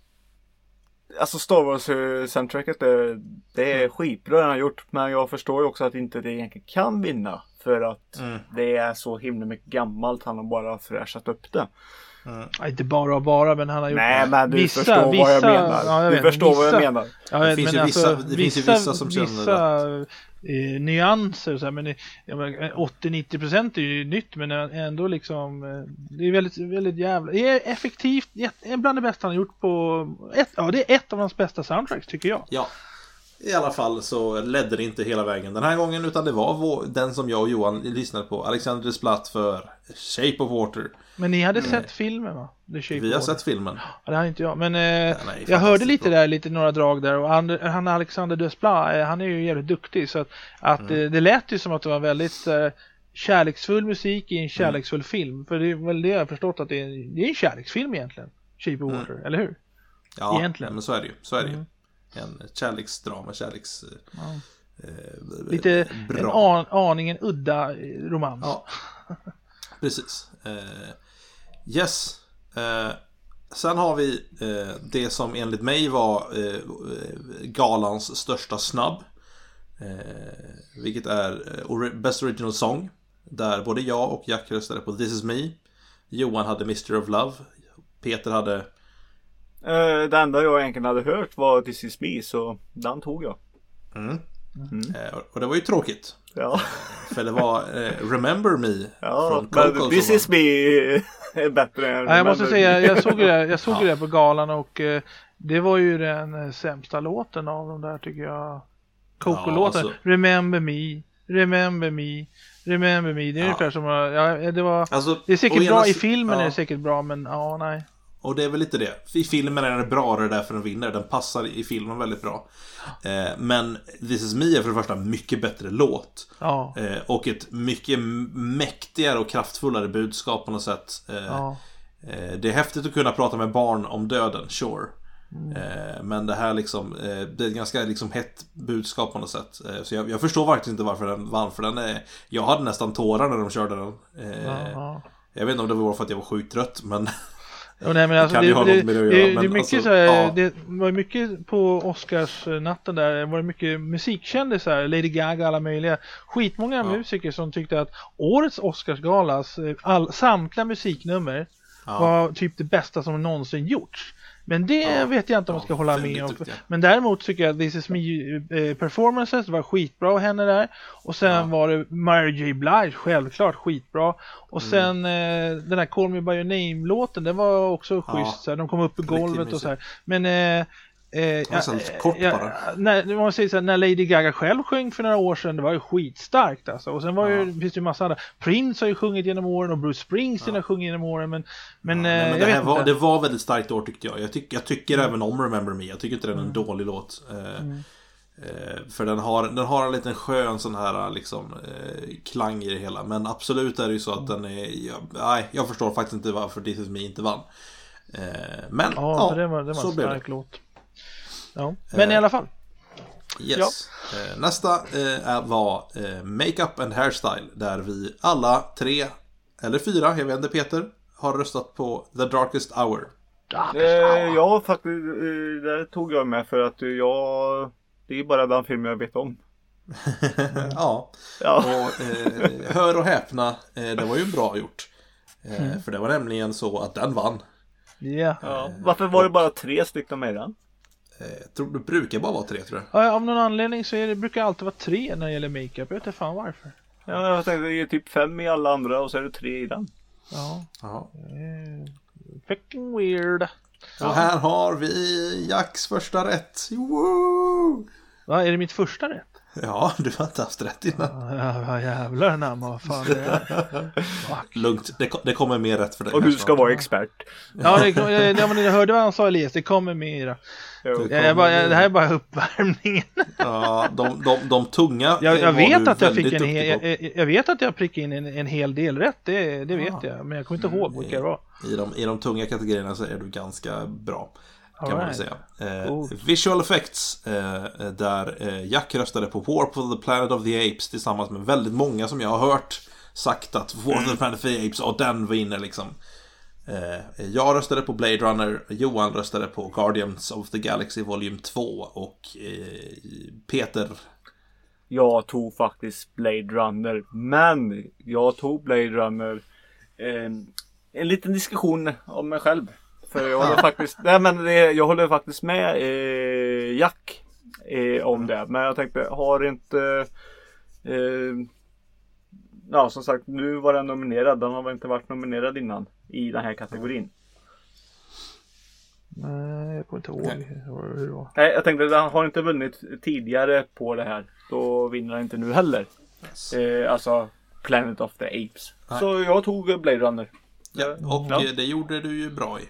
Alltså Star Wars soundtracket det är skitbra den har gjort. Men jag förstår ju också att inte det egentligen kan vinna. För att det är så himla mycket gammalt. Han har bara fräschat upp det. Inte bara, men han har gjort... Nej, men du förstår vad jag menar. Ja, du förstår vad jag menar. Ja, det finns ju vissa som känner nyanser så här, men 80-90% är ju nytt, men ändå liksom det är väldigt, väldigt jävla, det är effektivt, bland det bästa han har gjort på det är ett av hans bästa soundtracks tycker jag. Ja, i alla fall så ledde det inte hela vägen den här gången, utan det var den som jag och Johan lyssnade på, Alexander Desplat för Shape of Water. Men ni hade sett filmen, va? Vi har sett filmen. Ja, det har inte jag. Men jag hörde lite där, lite några drag där. Och han Alexander Desplat, han är ju jävligt duktig. Så att det lät ju som att det var väldigt kärleksfull musik i en kärleksfull film. För det är väl det jag har förstått, att det är en kärleksfilm egentligen. Shape of Water, eller hur? Ja, egentligen. Men så är det ju. En kärleksdrama, lite bra. Aningen udda romans. Ja, precis. Yes. Sen har vi det som enligt mig var galans största snabb. Vilket är Best Original Song. Där både jag och Jack röstade på This Is Me. Johan hade Mystery of Love. Peter hade... Det enda jag egentligen hade hört var This Is Me, så den tog jag. Och det var ju tråkigt. Ja. För det var Remember Me från Coco. This Is Me är bättre än jag måste säga, jag såg det på galan, och det var ju den sämsta låten av de där, tycker jag. Coco-låten. Alltså. Remember Me. Det är ungefär som det var. Alltså, det är säkert bra i filmen, är det säkert bra, men nej. Och det är väl lite det. I filmen är den bra, det är därför den vinner. Den passar i filmen väldigt bra. Men This Is Me är för det första mycket bättre låt. Ja. Och ett mycket mäktigare och kraftfullare budskap på något sätt. Det är häftigt att kunna prata med barn om döden, sure. Men det här liksom, det är ett ganska liksom hett budskap på något sätt. Så jag förstår verkligen inte varför den vann. För jag hade nästan tårar när de körde den. Jag vet inte om det var för att jag var sjukt trött, men... Nej, men alltså, det är mycket alltså, så här, det var mycket på Oscarsnatten där, det var mycket musikkändisar, Lady Gaga, alla möjliga, skitmånga musiker som tyckte att årets Oscarsgalas samtliga musiknummer var typ det bästa som någonsin gjorts. Men det vet jag inte om jag ska hålla med om. Men däremot tycker jag att This Is Me performances var skitbra av henne där. Och sen var det Mary J. Blige, självklart skitbra. Och sen den här Call Me By Your Name-låten, den var också schysst. Så här, de kom upp i golvet och så här. Men kort bara. När Lady Gaga själv sjöng för några år sedan, det var ju skitstarkt alltså. Och sen var finns det ju massa andra. Prince har ju sjungit genom åren och Bruce Springsteen har sjungit genom åren, men det var väldigt starkt år, tyckte jag. Jag tycker även om Remember Me. Jag tycker inte den är en dålig låt. För den har en liten skön sån här liksom klang i det hela. Men absolut är det ju så att den är... jag förstår faktiskt inte varför This Is Me inte vann. Men det var en stark låt. Ja, men i alla fall. Yes. Nästa var Makeup and Hairstyle, där vi alla 3 eller 4, jag vet inte, Peter, har röstat på The Darkest Hour. Ja, faktiskt, det tog jag med för att det är bara den film jag vet om. Ja. Och hör och häpna, det var ju bra gjort. För det var nämligen så att den vann. Ja. Ja. Varför var det bara 3 stycken med den? Jag tror det brukar bara vara 3, tror jag. Ja, av någon anledning så brukar det alltid vara 3 när det gäller makeup. Jag vet inte fan varför. Ja, jag tänkte det är typ 5 i alla andra och så är det 3 i den. Ja. Fucking weird. Och här har vi Jacks första rätt. Woo! Va, är det mitt första rätt? Ja, du har inte haft rätt innan. Ja, jävlar namn, vad fan det är. Lugnt, det kommer mer rätt för dig. Och du ska vara expert. Ja, men jag hörde vad han sa, Elias. Det kommer mera. Det här är bara uppvärmningen. Ja, de tunga. Jag vet att jag fick jag vet att jag prickade in en hel del rätt. Det vet jag. Men jag kommer inte ihåg vilka det var. I de tunga kategorierna så är du ganska bra. Kan man väl säga. Cool. Visual effects, där Jack röstade på War for the Planet of the Apes tillsammans med väldigt många som jag har hört sagt att War for the Planet of the Apes, och den vinner liksom. Jag röstade på Blade Runner, Johan röstade på Guardians of the Galaxy Volume 2 och Peter. Jag tog faktiskt Blade Runner, men jag tog Blade Runner en liten diskussion om mig själv. För jag håller faktiskt, jag håller faktiskt med Jack om det. Men jag tänkte, har inte som sagt, nu var den nominerad. Den har väl inte varit nominerad innan i den här kategorin. Nej, jag kommer inte ihåg hur det var. Nej, jag tänkte, den har inte vunnit tidigare på det här. Då vinner den inte nu heller. Yes. Alltså Planet of the Apes. Nej. Så jag tog Blade Runner. Ja, och det gjorde du ju bra i.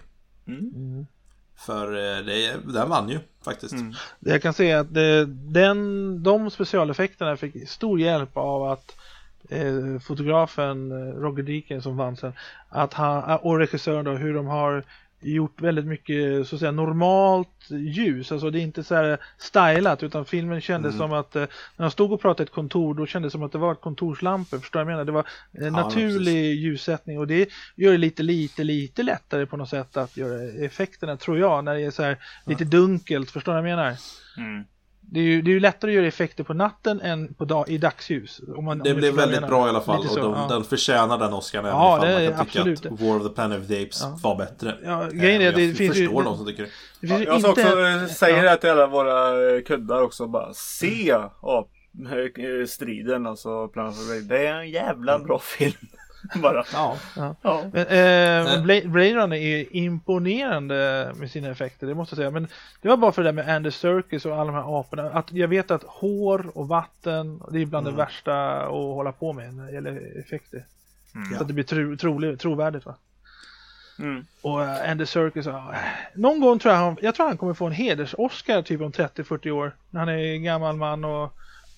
För den vann ju faktiskt. Jag kan säga att de specialeffekterna fick stor hjälp av att fotografen Roger Deakins som vann sen, att han och regissören då, hur de har gjort väldigt mycket så att säga normalt ljus, alltså det är inte så här stylat, utan filmen kändes som att när de stod och pratade ett kontor, då kändes det som att det var ett kontorslampor, förstår jag menar? Det var en naturlig ljussättning, och det gör det lite lättare på något sätt att göra effekterna, tror jag, när det är så här lite dunkelt, förstår jag menar? Det är ju lättare att göra effekter på natten än i dagsljus. Det blev väldigt bra i alla fall, och den förtjänar den Oscar. Ja, det är man kan absolut. Tycka att War of the Planet of the Apes var bättre. Ja, grejen är, det finns förstår de som tycker det. Jag ska också säga det till alla våra kuddar också, bara se striden, alltså Planet of the Apes. Det är en jävla bra film. Bara. Ja. Blade Runner är imponerande med sina effekter, det måste jag säga. Men det var bara för det där med Andy Serkis och alla de här aporna, att jag vet att hår och vatten, det är bland det värsta att hålla på med när det gäller effekter. Så att det blir trovärdigt, va? Och Andy Serkis, någon gång tror jag tror han kommer få en heders-Oscar typ om 30-40 år, när han är en gammal man, och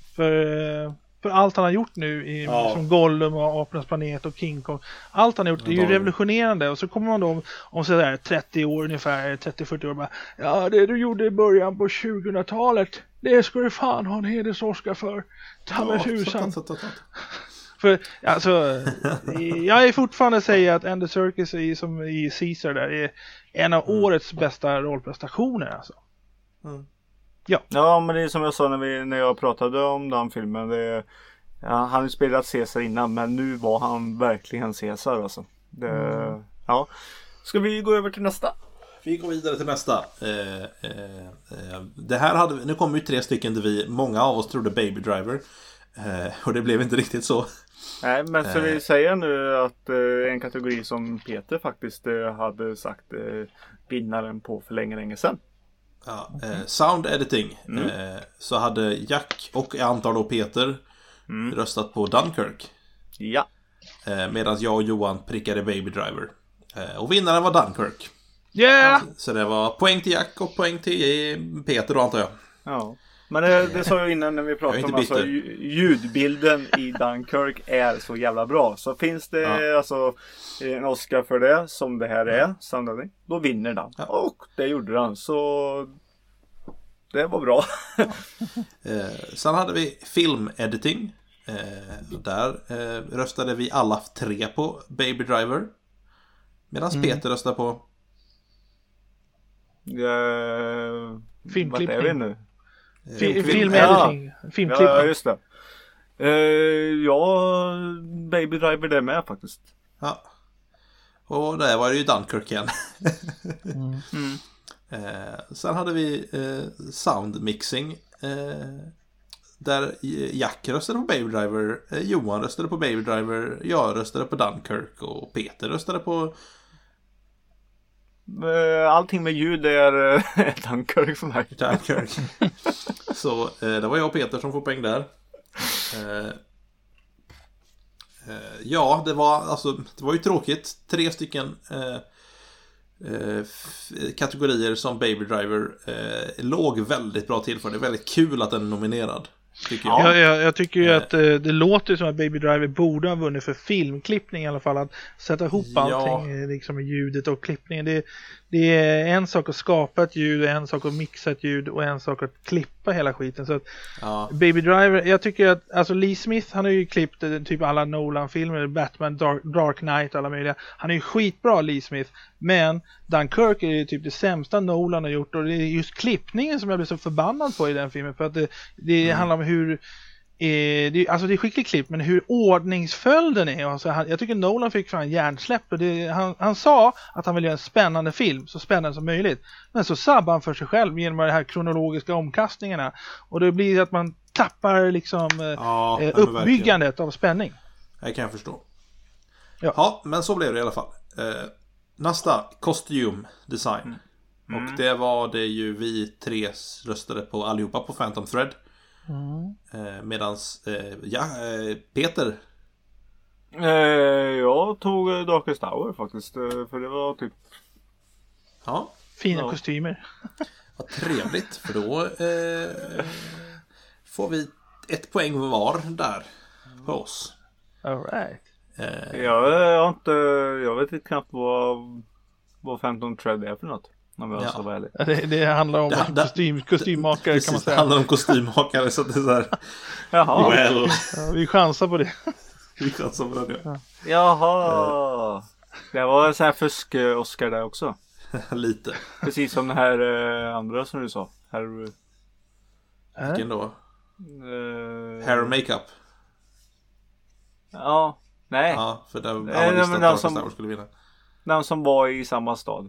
för allt han har gjort nu som Gollum och Apornas planet och King Kong. Allt han har gjort, det är ju revolutionerande. Och så kommer man då om sådär 30 år ungefär, 30-40 år, bara, ja, det du gjorde i början på 2000-talet, det ska du fan ha en heders-Oscar för. Ta med tusan. För alltså, jag är fortfarande säga att Andy Serkis som i Caesar där är en av årets bästa rollprestationer, alltså. Ja, men det är som jag sa när jag pratade om den filmen. Han har spelat Caesar innan, men nu var han verkligen Caesar, alltså. Ja. Ska vi gå över till nästa? Vi går vidare till nästa. Det här nu kommer ju 3 stycken där många av oss trodde Baby Driver. Och det blev inte riktigt så. Nej, men så vi säger nu att en kategori som Peter faktiskt hade sagt vinnaren på för länge sedan. Ja, sound editing. Så hade Jack och jag antar då Peter röstat på Dunkirk. Ja. Medan jag och Johan prickade Baby Driver. Och vinnaren var Dunkirk. Yeah! Så det var poäng till Jack och poäng till Peter då, antar jag. Ja. Men det sa jag innan när vi pratade om alltså, ljudbilden i Dunkirk är så jävla bra. Så finns det alltså en Oscar för det, som det här är, soundediting, då vinner den. Ja. Och det gjorde den, så det var bra. Sen hade vi filmediting. Där röstade vi alla 3 på Baby Driver. Medan Peter röstade på filmklipp. Vart är vi nu? Filmediting. Filmklipp. Ja, just det. Baby Driver det med faktiskt. Ja. Och där var det ju Dunkirk igen. Sen hade vi soundmixing. Där Jack röstade på Baby Driver, Johan röstade på Baby Driver, jag röstade på Dunkirk och Peter röstade på... Allting med ljud är Dunkirk för mig. Dunkirk. Så det var jag och Peter som får poäng där. Ja, det var ju tråkigt. 3 stycken kategorier som Baby Driver låg väldigt bra till för. Det är väldigt kul att den är nominerad, tycker jag. Jag tycker ju att det låter som att Baby Driver borde ha vunnit för filmklippning i alla fall. Att sätta ihop allting liksom med ljudet och klippningen. Det är en sak att skapa ett ljud, en sak att mixa ett ljud och en sak att klippa hela skiten. Så att Baby Driver, jag tycker att alltså Lee Smith, han har ju klippt typ alla Nolan-filmer, Batman, Dark Knight och alla möjliga. Han är ju skitbra, Lee Smith. Men Dunkirk är ju typ det sämsta Nolan har gjort, och det är just klippningen som jag blir så förbannad på i den filmen, för att det handlar om hur det är skickligt klipp, men hur ordningsföljden är. Alltså, jag tycker Nolan fick fan hjärnsläpp. Han sa att han vill göra en spännande film, så spännande som möjligt. Men så sabbar han för sig själv genom de här kronologiska omkastningarna. Och det blir att man tappar liksom uppbyggandet av spänning. Det kan jag förstå. Ja, men så blev det i alla fall. Nästa, costume design. Och det var det ju vi 3 röstade på allihopa på Phantom Thread. Medans Peter. Jag tog Darkest Hour faktiskt, för det var typ fina kostymer. Vad trevligt, för då får vi 1 poäng var där på oss. All right. Jag vet inte knappt vad Phantom Thread är för något. Det handlar om kostymmakare, kan man säga. Det handlar om kostymmakare, så det är så här. Jaha. Well. Vi chansar på det. Vi chansar på det. Jaha. Det var så här fusk-Oscar där också. Lite. Precis som den här andra som du sa. Vilken då? Hair and makeup. Ja, nej. Ja, för alla visste att Darkest Hour skulle vinna. Den som var i samma stad.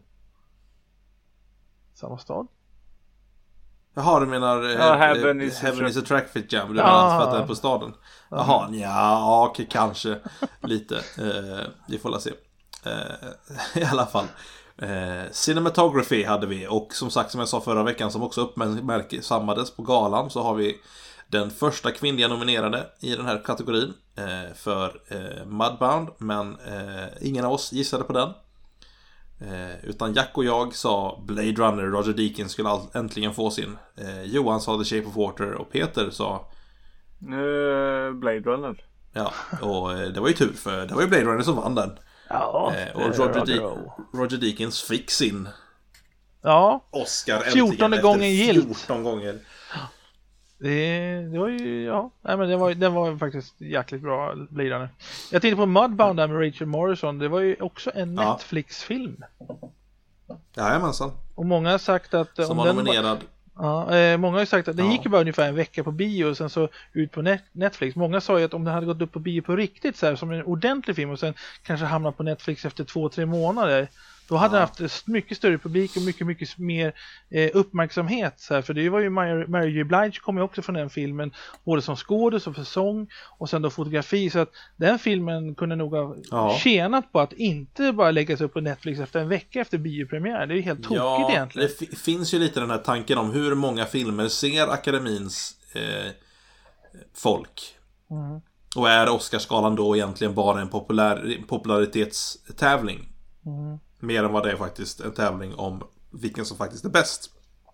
Samma stad? Jaha, du menar Heaven is a track fit jam. Du menar för att den är på staden. Jaha, okej, kanske lite. Vi får la se. I alla fall. Cinematography hade vi. Och som sagt, som jag sa förra veckan, som också uppmärksammades på galan, så har vi den första kvinnliga nominerade i den här kategorin för Mudbound. Men ingen av oss gissade på den. Utan Jack och jag sa Blade Runner, Roger Deakins skulle äntligen få sin. Johan sa The Shape of Water och Peter sa Blade Runner. Ja, och det var ju tur, för det var ju Blade Runner som vann den. Och Roger Deakins fick sin Oscar 14 gånger gilt. 14 gånger. Det var ju, nej, men den var faktiskt jäkligt bra, Blade Runner. Jag tänkte på Mudbound där med Rachel Morrison. Det var ju också en Netflix-film. Jajamensan. Och många har sagt att som var nominerad. Många har sagt att den gick ju bara ungefär en vecka på bio och sen så ut på Netflix. Många sa ju att om den hade gått upp på bio på riktigt så här, som en ordentlig film, och sen kanske hamnat på Netflix efter 2-3 månader, då hade den haft mycket större publik och mycket mer uppmärksamhet. Så här. För det var ju Mary J. Blige kom ju också från den filmen, både som skådis och för sång, och sen då fotografi. Så att den filmen kunde nog ha tjänat på att inte bara läggas upp på Netflix efter en vecka efter biopremiär. Det är ju helt tokigt egentligen. Det finns ju lite den här tanken om hur många filmer ser akademins folk. Och är Oscarsgalan då egentligen bara en popularitetstävling? Mer än vad det är faktiskt en tävling om vilken som faktiskt är bäst.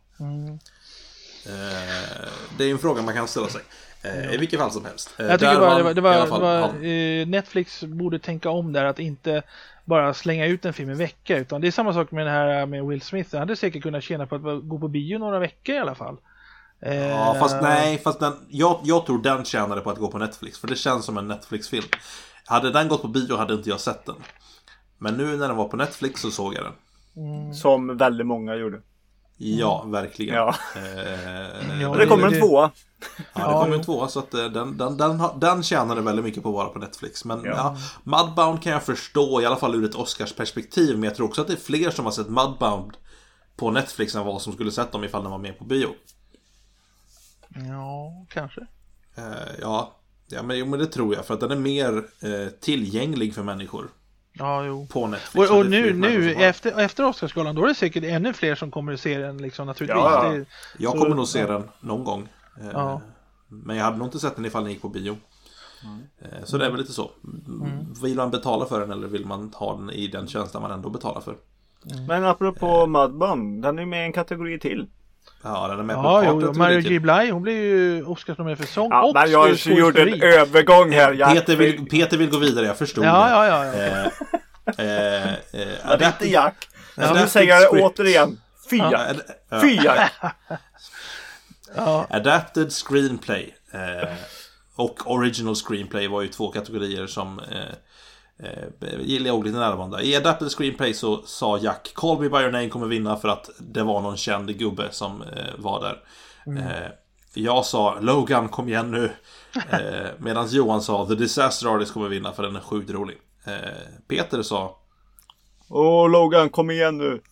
Det är en fråga man kan ställa sig. I vilket fall som helst. Jag tycker det var Netflix borde tänka om där, att inte bara slänga ut en film en vecka, utan det är samma sak med det här med Will Smith. Han hade säkert kunnat tjäna på att gå på bio några veckor i alla fall. Fast jag tror den tjänade på att gå på Netflix, för det känns som en Netflix-film. Hade den gått på bio hade inte jag sett den. Men nu när den var på Netflix så såg jag den. Som väldigt många gjorde. Ja, verkligen. Ja. Ja, Det kommer en 2. Ja, det kommer en 2, så att den tjänade väldigt mycket på att vara på Netflix. Men ja, Mudbound kan jag förstå, i alla fall ur ett Oscars-perspektiv. Men jag tror också att det är fler som har sett Mudbound på Netflix än vad som skulle sett dem ifall den var med på bio. Ja, kanske. Ja, men det tror jag. För att den är mer tillgänglig för människor. Ja, jo. På Netflix. Och nu efter Oscarsgalan, då är det säkert ännu fler som kommer att se den liksom, naturligtvis. Ja. Jag kommer nog se den någon gång. Men jag hade nog inte sett den ifall den gick på bio. Så det är väl lite så. Vill man betala för den eller vill man ha den i den tjänsten man ändå betalar för? Men apropå Mudbound, den är med en kategori till. Ja, den är med på Mario G. Bly, hon blir ju Oscarsnominerad för sång och men jag gjorde en övergång här. Peter vill gå vidare, jag förstod det. Det är inte Jack. Nu säger jag återigen. Jack. Adapted Screenplay och Original Screenplay var ju 2 kategorier som låg lite närvarande. I Adapted Screenplay så sa Jack Call Me By Your Name kommer vinna för att det var någon känd gubbe som var där. Jag sa Logan, kom igen nu. Medan Johan sa The Disaster Artist kommer vinna för den är sjukt rolig. Peter sa Logan, kom igen nu.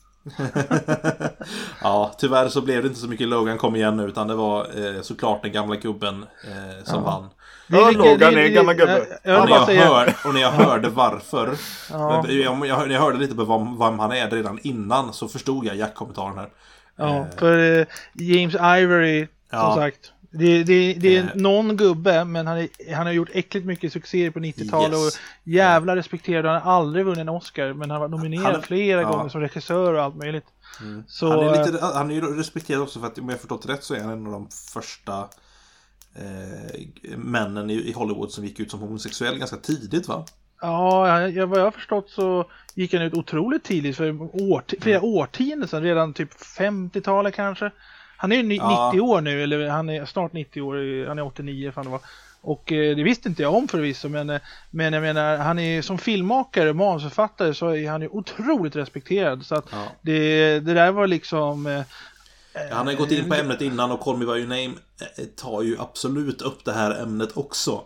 Ja, tyvärr så blev det inte så mycket Logan kom igen nu, utan det var såklart den gamla gubben som vann. Logan är en gammal gubbe. Och när jag hörde varför när jag hörde lite på vem han är redan innan, så förstod jag Jack-kommentaren här. Ja, för James Ivory som sagt. Det är någon gubbe, men han har gjort äckligt mycket succéer på 90-talet och jävla respekterad. Han har aldrig vunnit en Oscar, men han har varit nominerad flera gånger som regissör och allt möjligt. Så, han är ju respekterad också för att, om jag förstått rätt, så är han en av de första männen i Hollywood som gick ut som homosexuell ganska tidigt, va? Ja, vad jag har förstått så gick han ut otroligt tidigt, för flera årtionden sedan, redan typ 50-talet kanske. Han är ju 90 år nu, eller han är snart 90 år, han är 89 fan det var. Och det visste inte jag om förvisso, men jag menar, han är som filmmakare, manusförfattare, så är han ju otroligt respekterad. Så att det där var liksom... han har gått in på ämnet innan, och Call Me By Your Name tar ju absolut upp det här ämnet också.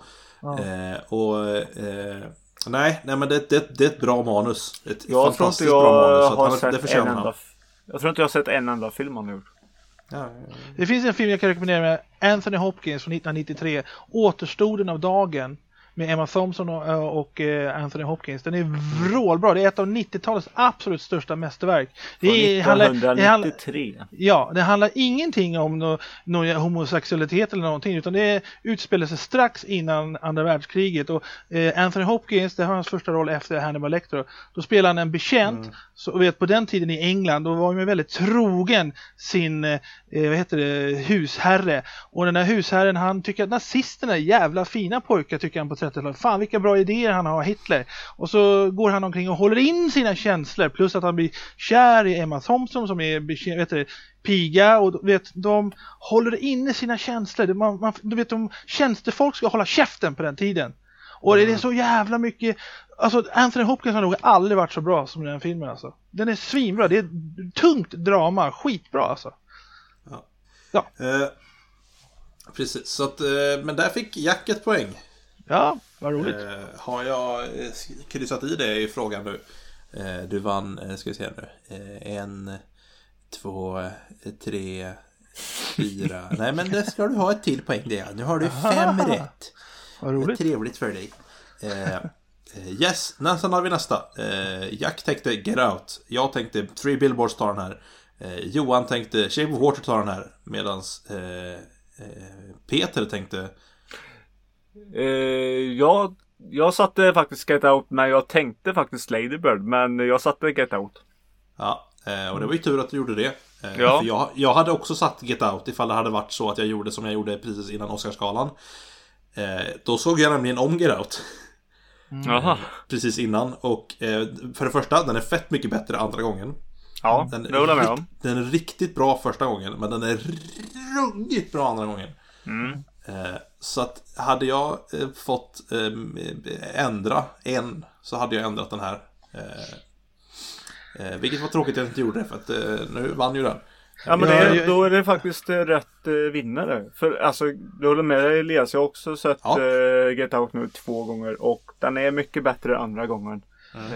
Nej, men det är ett bra manus. Ett fantastiskt bra manus. Jag tror inte jag har sett en enda film han har gjort. Det finns en film jag kan rekommendera med Anthony Hopkins från 1993, Återstoden av dagen, med Emma Thompson och Anthony Hopkins. Den är vrålbra. Det är ett av 90-talets absolut största mästerverk. Det är 1993. Det handlar ingenting om någon homosexualitet eller någonting, utan det utspelar sig strax innan andra världskriget. Och Anthony Hopkins, det har hans första roll efter Hannibal Lecter. Då spelar han en bekänt. Så vet, på den tiden i England, då var man väldigt trogen sin husherre. Och den här husherren, han tycker att nazisterna är jävla fina pojkar, tycker han på 30-talet. Fan vilka bra idéer han har, Hitler. Och så går han omkring och håller in sina känslor, plus att han blir kär i Emma Thompson som är piga, och de håller inne sina känslor. Tjänstefolk ska hålla käften på den tiden. Och det är så jävla mycket. Alltså Anthony Hopkins har nog aldrig varit så bra som i den filmen, alltså. Den är svinbra, det är ett tungt drama, skitbra alltså. Ja. Precis, så att, men där fick Jack ett poäng. Ja, vad roligt. Har jag kryssat i det i frågan nu? Du vann, ska vi se nu. 1, 2, 3, 4. Nej, men det ska du ha ett till poäng det. Nu har du 5 rätt. Vad roligt. Det är trevligt för dig. Yes, sen har vi nästa. Jack tänkte Get Out. Jag tänkte 3 Billboards tar den här. Johan tänkte Shape of Water tar den här. Medans Peter tänkte... Jag satte faktiskt Get Out, men jag tänkte faktiskt Lady Bird, men jag satte Get Out. Ja, och det var ju tur att du gjorde det. För jag hade också satt Get Out ifall det hade varit så att jag gjorde som jag gjorde precis innan Oscarsgalan. Då såg jag nämligen om Get Out. Precis innan. Och för det första, den är fett mycket bättre andra gången. Ja, det håller med om. Den är riktigt bra första gången, men den är ruggigt bra andra gången. Så att hade jag fått ändra en, så hade jag ändrat den här. Vilket var tråkigt att jag inte gjorde det, för att nu vann ju den. Ja, men då är det faktiskt rätt vinnare. För alltså, du håller med dig, Elias. Jag har också sett Get Out nu 2 gånger. Och den är mycket bättre andra gången.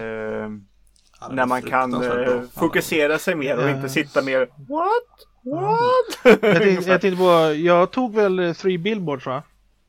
När man kan fokusera sig mer och inte sitta mer. What? jag tänkte på, jag tog väl 3 Billboards, va?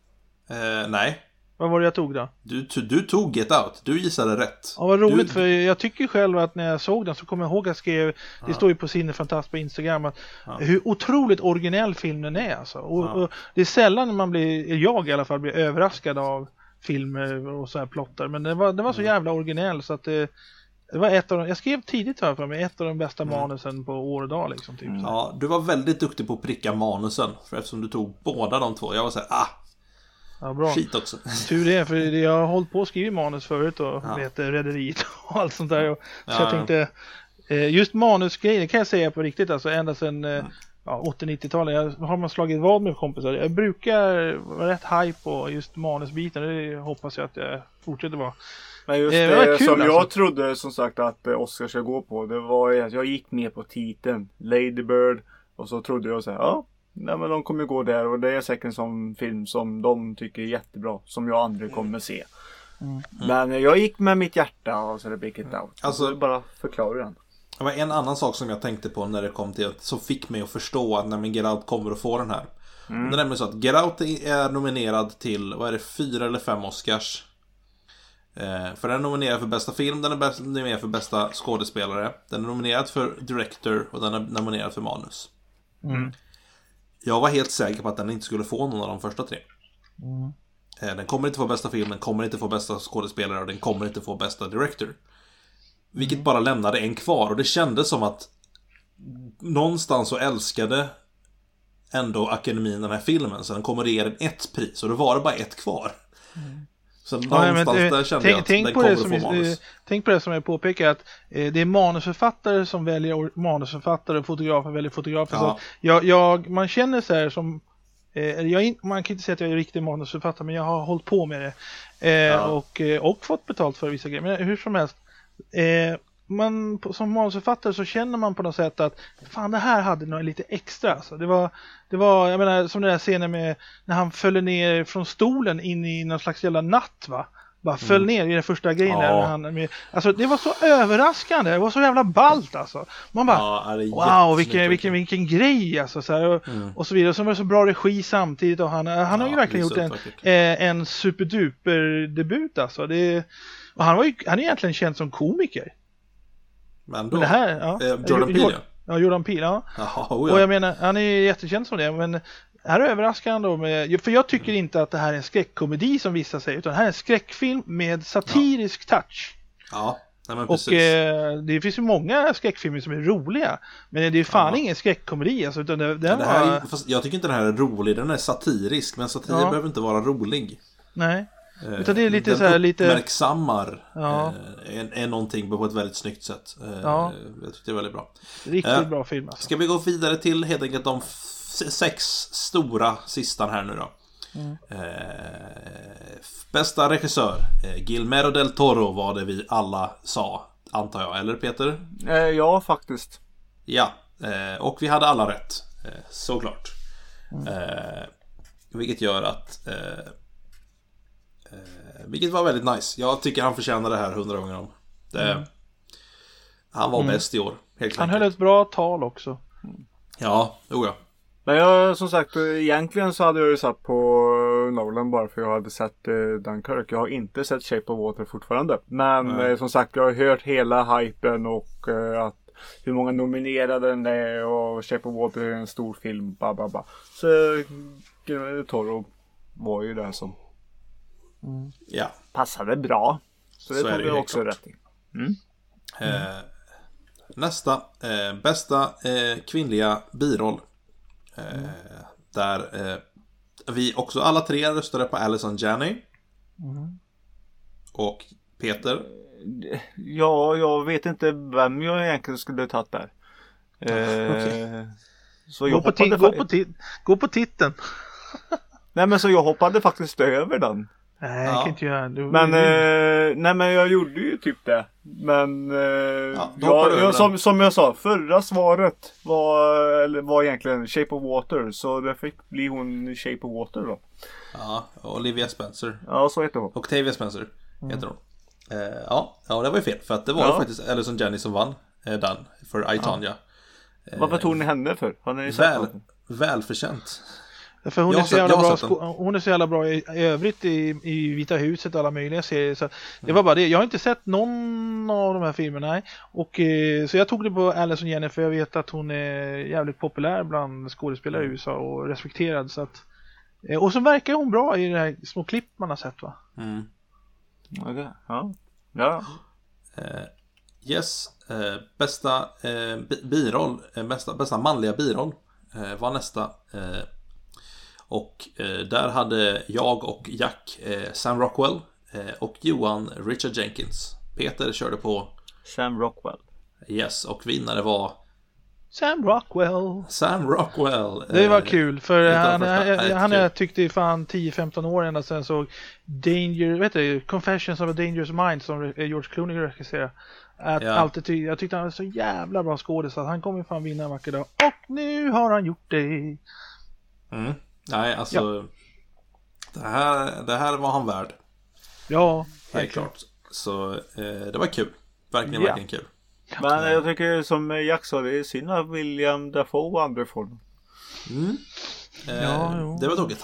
Nej. Vad var det jag tog då? Du tog Get Out. Du gissade rätt. Ja, vad roligt, för jag tycker själv att när jag såg den så kommer jag ihåg att jag skrev, det står ju på Cinefantast på Instagram, att hur otroligt originell filmen är alltså. Och det är sällan man jag i alla fall blir överraskad av filmer och så här plottar, men det var så jävla originell så att det var jag skrev tidigt för mig, ett av de bästa manusen på år och dag liksom, typ. Ja, du var väldigt duktig på att pricka manusen, för eftersom du tog båda de två. Jag var så här, ja, bra. Skit också. Tur det, för jag har hållit på att skriva manus förut och vet Rederiet och allt sånt där. Så jag tänkte, just manusgrejer kan jag säga på riktigt, alltså ända sedan 80-90-talet har man slagit vad med kompisar. Jag brukar vara rätt hype på just manusbiten, det hoppas jag att jag fortsätter vara. Men just det som jag trodde som sagt att Oscar ska gå på, det var att jag gick ner på titeln Lady Bird och så trodde jag så här, nej, men de kommer gå där och det är säkert en sån film som de tycker är jättebra, som jag aldrig kommer se. Men jag gick med mitt hjärta och så det blev Get Out. Alltså, bara förklara den. Det var en annan sak som jag tänkte på när det kom till som fick mig att förstå att när Get Out kommer att få den här. Det är nämligen så att Get Out är nominerad till 4 eller 5 Oscars. För den är nominerad för bästa film, den är nominerad för bästa skådespelare, den är nominerad för director och den är nominerad för manus. Jag var helt säker på att den inte skulle få någon av de första 3. Den kommer inte få bästa film, den kommer inte få bästa skådespelare och den kommer inte få bästa director. Vilket bara lämnade en kvar. Och det kändes som att någonstans så älskade ändå akademin den här filmen, så den kommer att ge den 1 pris. Och då var det bara 1 kvar. Så någonstans där kände jag att den kommer att få manus. Tänk på det som jag påpekar, att det är manusförfattare som väljer manusförfattare och fotografer väljer fotografer. Så man känner så här som man kan inte säga att jag är riktig manusförfattare, men jag har hållit på med det och fått betalt för vissa grejer. Men hur som helst, man som manusförfattare så känner man på något sätt att fan, det här hade något lite extra. Alltså, det var jag menar, som den där scenen med när han föll ner från stolen in i någon slags jävla natt, va? Bara föll ner i den första grejen där alltså det var så överraskande, det var så jävla ballt alltså. Man bara wow, vilken grej alltså, så här, och så vidare. Och så var det så bra regi samtidigt, och han har ju verkligen gjort en superduper debut alltså. Och han är egentligen känd som komiker. Men det här, Jordan Peele. Jordan Peele, Och jag menar, han är jättekänd som det, men här är överraskande med, för jag tycker inte att det här är en skräckkomedi som vissa säger, utan det här är en skräckfilm med satirisk touch. Ja, men precis. Och det finns ju många skräckfilmer som är roliga, men det är fan ingen skräckkomedi alltså, utan fast jag tycker inte den här är rolig, den är satirisk, men satir behöver inte vara rolig. Nej. Utan det är lite den så här uppmärksammar är någonting på ett väldigt snyggt sätt. Jag tycker det är väldigt bra. Riktigt bra film alltså. Ska vi gå vidare till helt enkelt de 6 stora sistan här nu då. Bästa regissör, Guillermo del Toro var det vi alla sa, antar jag, eller Peter? Ja, faktiskt. Ja, och vi hade alla rätt, såklart. Vilket gör att vilket var väldigt nice. Jag tycker han förtjänar det här 100 gånger om. Han var bäst i år, helt klart. Han höll ett bra tal också. Ja, Men jag, som sagt, egentligen så hade jag ju satt på Nolan bara för jag hade sett Dunkirk. Jag har inte sett Shape of Water fortfarande. Men som sagt, jag har hört hela hypen och att hur många nominerade den är, och Shape of Water är en stor film. Så Toro var ju där som passade bra. Så det tog jag också rätt i. Nästa, bästa kvinnliga biroll. Där vi också alla 3 röstade på Allison Janney. Och Peter. Ja, jag vet inte vem jag egentligen skulle tagit där. Så jag gå på titeln. Nej, men så jag hoppade faktiskt över den. Nej, jag kan inte göra det. Men, nej men jag gjorde ju typ det. Men, som jag sa, förra svaret var egentligen Shape of Water. Så det fick bli hon Shape of Water då. Ja, Olivia Spencer. Ja, så heter hon. Octavia Spencer heter hon. Ja, det var ju fel. För att det var faktiskt Allison Janney som vann den för I, Tonya. Varför tog ni henne för? Har ni Välförtjänt. För hon är så jävla bra i övrigt i Vita huset och alla möjliga serier. Så det var bara det. Jag har inte sett någon av de här filmerna. Och, så jag tog det på Allison Janney för jag vet att hon är jävligt populär bland skådespelare i USA och respekterad. Så att, och så verkar hon bra i det här små klipp man har sett, va? Okay. Ja. Yes. Bästa biroll, bästa manliga biroll var nästa. Och där hade jag och Jack Sam Rockwell och Johan Richard Jenkins. Peter körde på Sam Rockwell. Yes, och vinnare var Sam Rockwell. Det var kul för han jag tyckte fan 10-15 år ända sedan så Confessions of a Dangerous Mind som George Clooney regisserade. Jag tyckte han var så jävla bra skådespelare så han kommer fan vinna en vacker dag. Och nu har han gjort det. Nej, alltså det här var han värd. Ja, helt klart. Så det var kul. Verkligen kul. Men jag tycker som Jack sa, det är synd att William Dafoe var andra form. Det var tråkigt.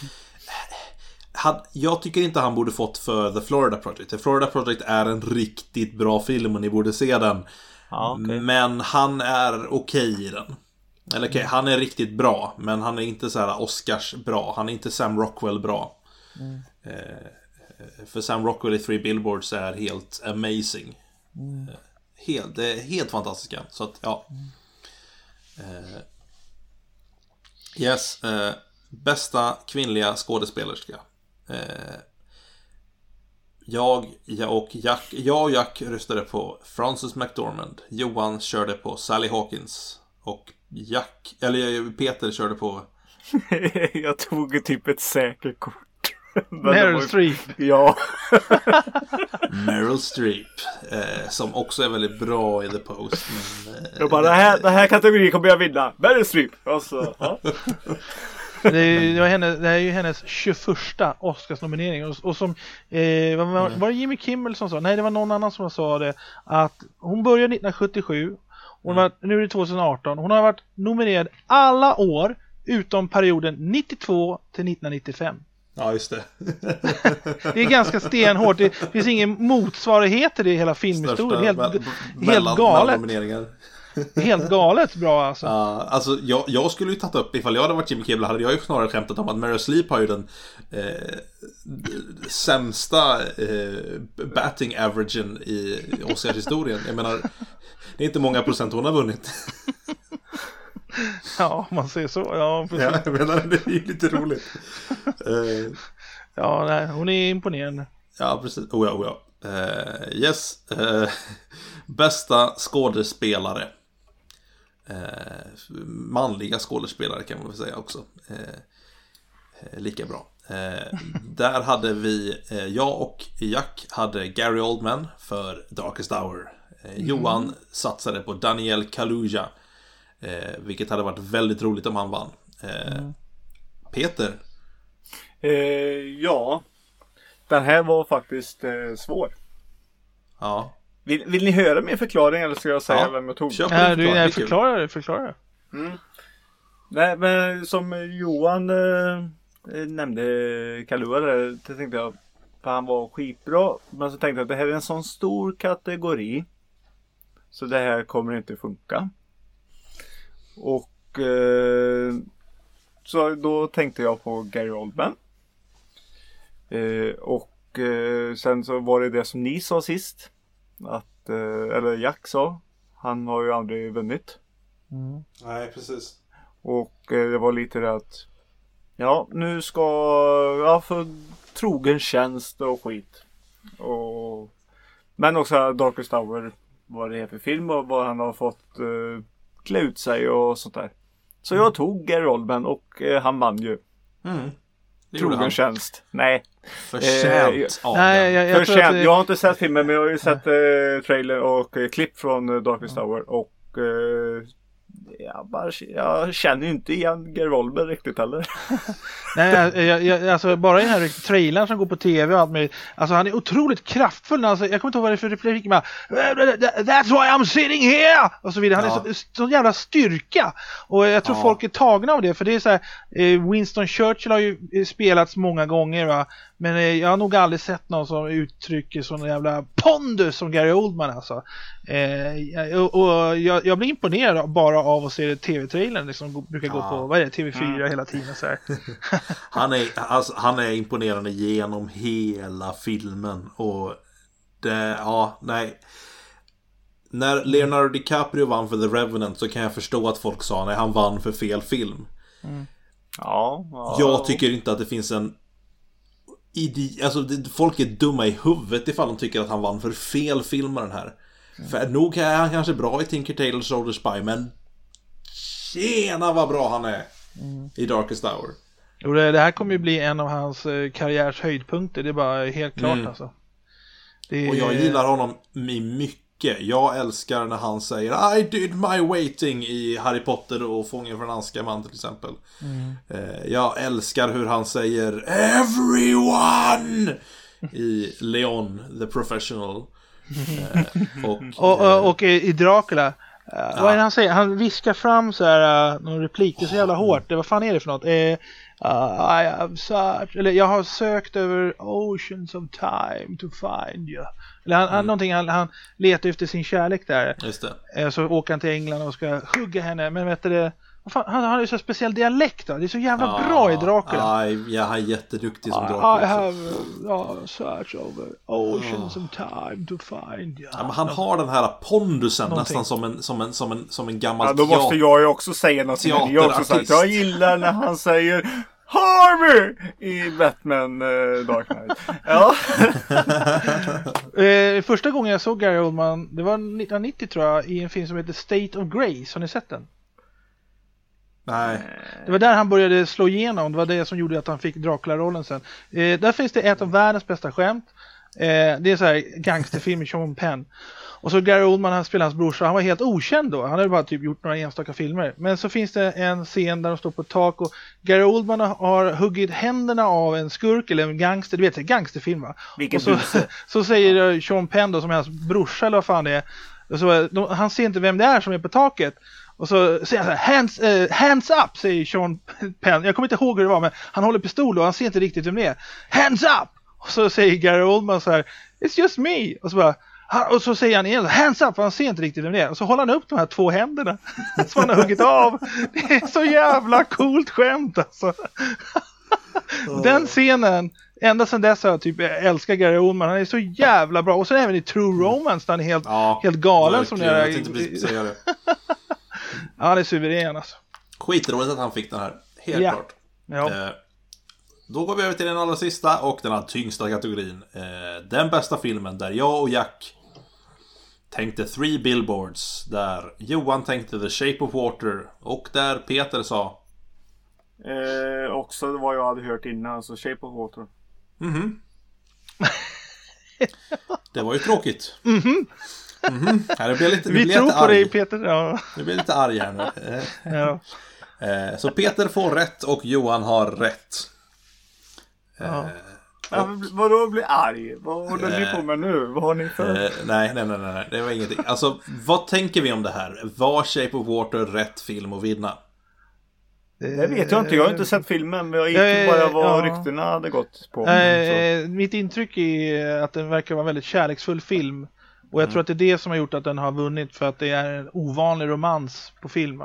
Jag tycker inte han borde fått för The Florida Project. The Florida Project är en riktigt bra film och ni borde se den. Okay. Men han är okej i den. Eller okej, han är riktigt bra. Men han är inte så här Oscars bra. Han är inte Sam Rockwell bra. För Sam Rockwell i 3 Billboards är helt amazing. Det är helt fantastiska. Så att, ja. Yes. Bästa kvinnliga skådespelerska. Jag och Jack röstade på Frances McDormand. Johan körde på Sally Hawkins. Och Peter körde på jag tog typ ett säkert kort. Meryl Streep. Ja. Meryl Streep som också är väldigt bra i The Post. Men, jag bara, det här kategorin kommer jag vinna. Meryl Streep. Alltså, ja. Det är ju hennes 21:a Oscarsnominering och som var det Jimmy Kimmel som sa, nej det var någon annan som sa det, att hon började 1977 nu är det 2018, hon har varit nominerad alla år utom perioden 92 till 1995. Ja, just det. Det är ganska stenhårt. Det finns ingen motsvarighet till det i hela filmhistorien. Helt galet. Helt galet bra alltså. Alltså jag skulle ju tagit upp, ifall jag hade varit Jimmy Kimmel hade jag ju snarare skämtat om att Meryl Streep har ju den sämsta batting averagen i Oscarshistorien. Jag menar, det är inte många procent hon har vunnit. Ja, man säger så. Ja, precis. Ja, jag menar, det är ju lite roligt. Ja, nej, hon är imponerande. Ja, precis. Yes. Bästa skådespelare. Manliga skådespelare kan man väl säga också. Lika bra. Där hade vi, jag och Jack hade Gary Oldman för Darkest Hour. Johan satsade på Daniel Kaluuya, vilket hade varit väldigt roligt om han vann. Peter? Ja, den här var faktiskt svår. Ja. Vill ni höra min förklaring eller ska jag säga vem jag tog? Förklara. Nej, men som Johan nämnde Kaluuya där, det tänkte jag, för han var skitbra. Men så tänkte jag att det här är en sån stor kategori, så det här kommer inte funka. Och så då tänkte jag på Gary Oldman. Och sen så var det som ni sa sist. Att, eller Jack sa. Han har ju aldrig vunnit. Nej, precis. Och det var lite det att nu ska jag för trogen tjänst och skit. Men också Darkest Hour, vad det är för film och vad han har fått klä ut sig och sånt där. Så jag tog Gary Oldman och han vann ju. trogen tjänst. Nej. Förtjänt av nej, den. Jag har inte sett filmen, men jag har ju sett trailer och klipp från Darkest Tower. Och jag känner ju inte igen Gary Oldman riktigt heller. Nej, alltså bara i den här trailern som går på tv och allt med, alltså han är otroligt kraftfull. Alltså, jag kommer inte ihåg vad det är för replik, men that's why I'm sitting here och så vidare. Han är så jävla styrka, och jag tror folk är tagna av det, för det är så här, Winston Churchill har ju spelats många gånger, va? Men jag har nog aldrig sett någon som uttrycker sån jävla pondus som Gary Oldman, alltså. Och jag blir imponerad bara av att se tv-trailern liksom, brukar gå på, vad är det, TV4 hela tiden så här. Han är imponerande genom hela filmen, och det, när Leonardo DiCaprio vann för The Revenant så kan jag förstå att folk sa nej, han vann för fel film. Jag tycker inte att det finns en alltså folk är dumma i huvudet ifall de tycker att han vann för fel film med den här. För nog är han kanske bra i Tinker Tailor Soldier Spy, men tjena vad bra han är i Darkest Hour. Jo, det här kommer ju bli en av hans karriärs höjdpunkter, det är bara helt klart alltså. Och jag gillar honom mycket. Jag älskar när han säger I did my waiting i Harry Potter och Fången från Azkaban till exempel. Jag älskar hur han säger everyone i Leon the Professional. Och i Dracula, vad är det han säger? Han viskar fram så här någon replik, det är så jävla hårt. Vad fan är det för något? I have searched, eller jag har sökt över oceans of time to find you. Eller han letar efter sin kärlek där. Just det. Så åker han till England och ska hugga henne. Men vet du, han har ju så speciell dialekt då. Det är så jävla bra i Dracula. Jag är jätteduktig som Dracula. I have searched over oceans of time to find you. Ja, men han har den här pondusen nästan som en gammal då måste jag ju också säga något. Jag gillar när han säger Harvey i Batman Dark Knight. Ja. Första gången jag såg Gary Oldman, det var 1990 tror jag, i en film som heter State of Grace. Har ni sett den? Nej. Det var där han började slå igenom. Det var det som gjorde att han fick Dracula-rollen sen. Där finns det ett av världens bästa skämt. Det är så här gangsterfilm med Sean Penn. Och så Gary Oldman, han spelar hans brorsa. Han var helt okänd då. Han hade bara typ gjort några enstaka filmer. Men så finns det en scen där de står på ett tak och Gary Oldman har huggit händerna av en skurk eller en gangster. Du vet, det är gangsterfilm, va? Och så säger Sean Penn då, som är hans brorsa eller vad fan det är. Och så, han ser inte vem det är som är på taket. Och så säger han så här, hands up, säger Sean Penn. Jag kommer inte ihåg hur det var, men han håller pistol och han ser inte riktigt vem det är. Hands up! Och så säger Gary Oldman så här, it's just me. Och så säger han igen, hands up, för han ser inte riktigt vem det är. Och så håller han upp de här två händerna som han har huggit av. Det är så jävla coolt skämt alltså. Den scenen, ända sedan dess har jag typ älskar Gary Oldman. Han är så jävla bra. Och så även i True Romance där han är helt galen. Som jag tänkte precis säga det. Ja, det är suverän alltså. Skitroligt att han fick den här, helt klart. Ja. Då går vi över till den allra sista och den här tyngsta kategorin. Den bästa filmen där jag och Jack tänkte Three Billboards. Där Johan tänkte The Shape of Water. Och där Peter sa också vad jag hade hört innan, så Shape of Water. Det var ju tråkigt. Ja, vi tror på dig, Peter. Ja. Det blir lite arg här nu. Ja. Så Peter får rätt och Johan har rätt. Vadå blir arg? Vad håller ni på med nu? Vad har ni för? Nej, det var ingenting. Alltså, vad tänker vi om det här? Var Shape of Water rätt film att vinna? Det vet jag inte, jag har inte sett filmen, men jag gick bara vad ryktena hade gått på. Mitt intryck är att den verkar vara en väldigt kärleksfull film. Och jag tror att det är det som har gjort att den har vunnit, för att det är en ovanlig romans på film.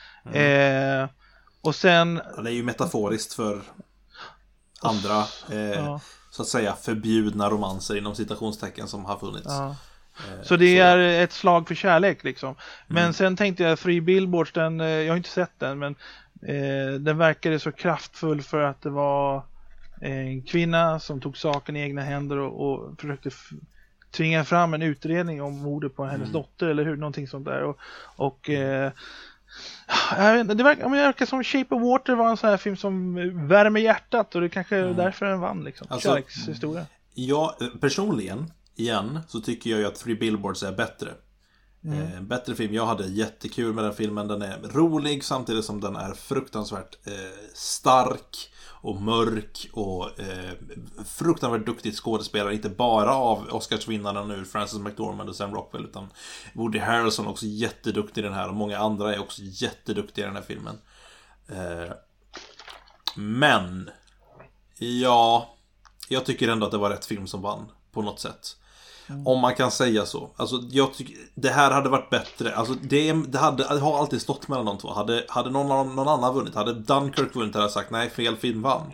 Och sen... Det är ju metaforiskt för andra så att säga förbjudna romanser inom citationstecken som har funnits. Så det är ett slag för kärlek liksom. Men sen tänkte jag Three Billboards, jag har inte sett den, men den verkade så kraftfull för att det var en kvinna som tog saken i egna händer och försökte tvinga fram en utredning om mordet på hennes dotter eller någonting sånt där. Och Jag vet inte, det verkar som Shape of Water var en sån här film som värmer hjärtat och det kanske är därför den vann liksom. Alltså, kärlekshistoria. Ja, personligen, igen, så tycker jag ju att Three Billboards är bättre. Bättre film. Jag hade jättekul med den filmen. Den är rolig samtidigt som den är fruktansvärt stark och mörk och fruktansvärt duktigt skådespelare. Inte bara av Oscarsvinnaren nu, Frances McDormand och Sam Rockwell, utan Woody Harrelson också jätteduktig i den här och många andra är också jätteduktiga i den här filmen. Men ja, jag tycker ändå att det var rätt film som vann på något sätt. Om man kan säga så. Alltså, jag tycker det här hade varit bättre. Alltså, det har alltid stått mellan de två. Hade någon annan vunnit, hade Dunkirk vunnit, hade jag sagt nej, fel film vann.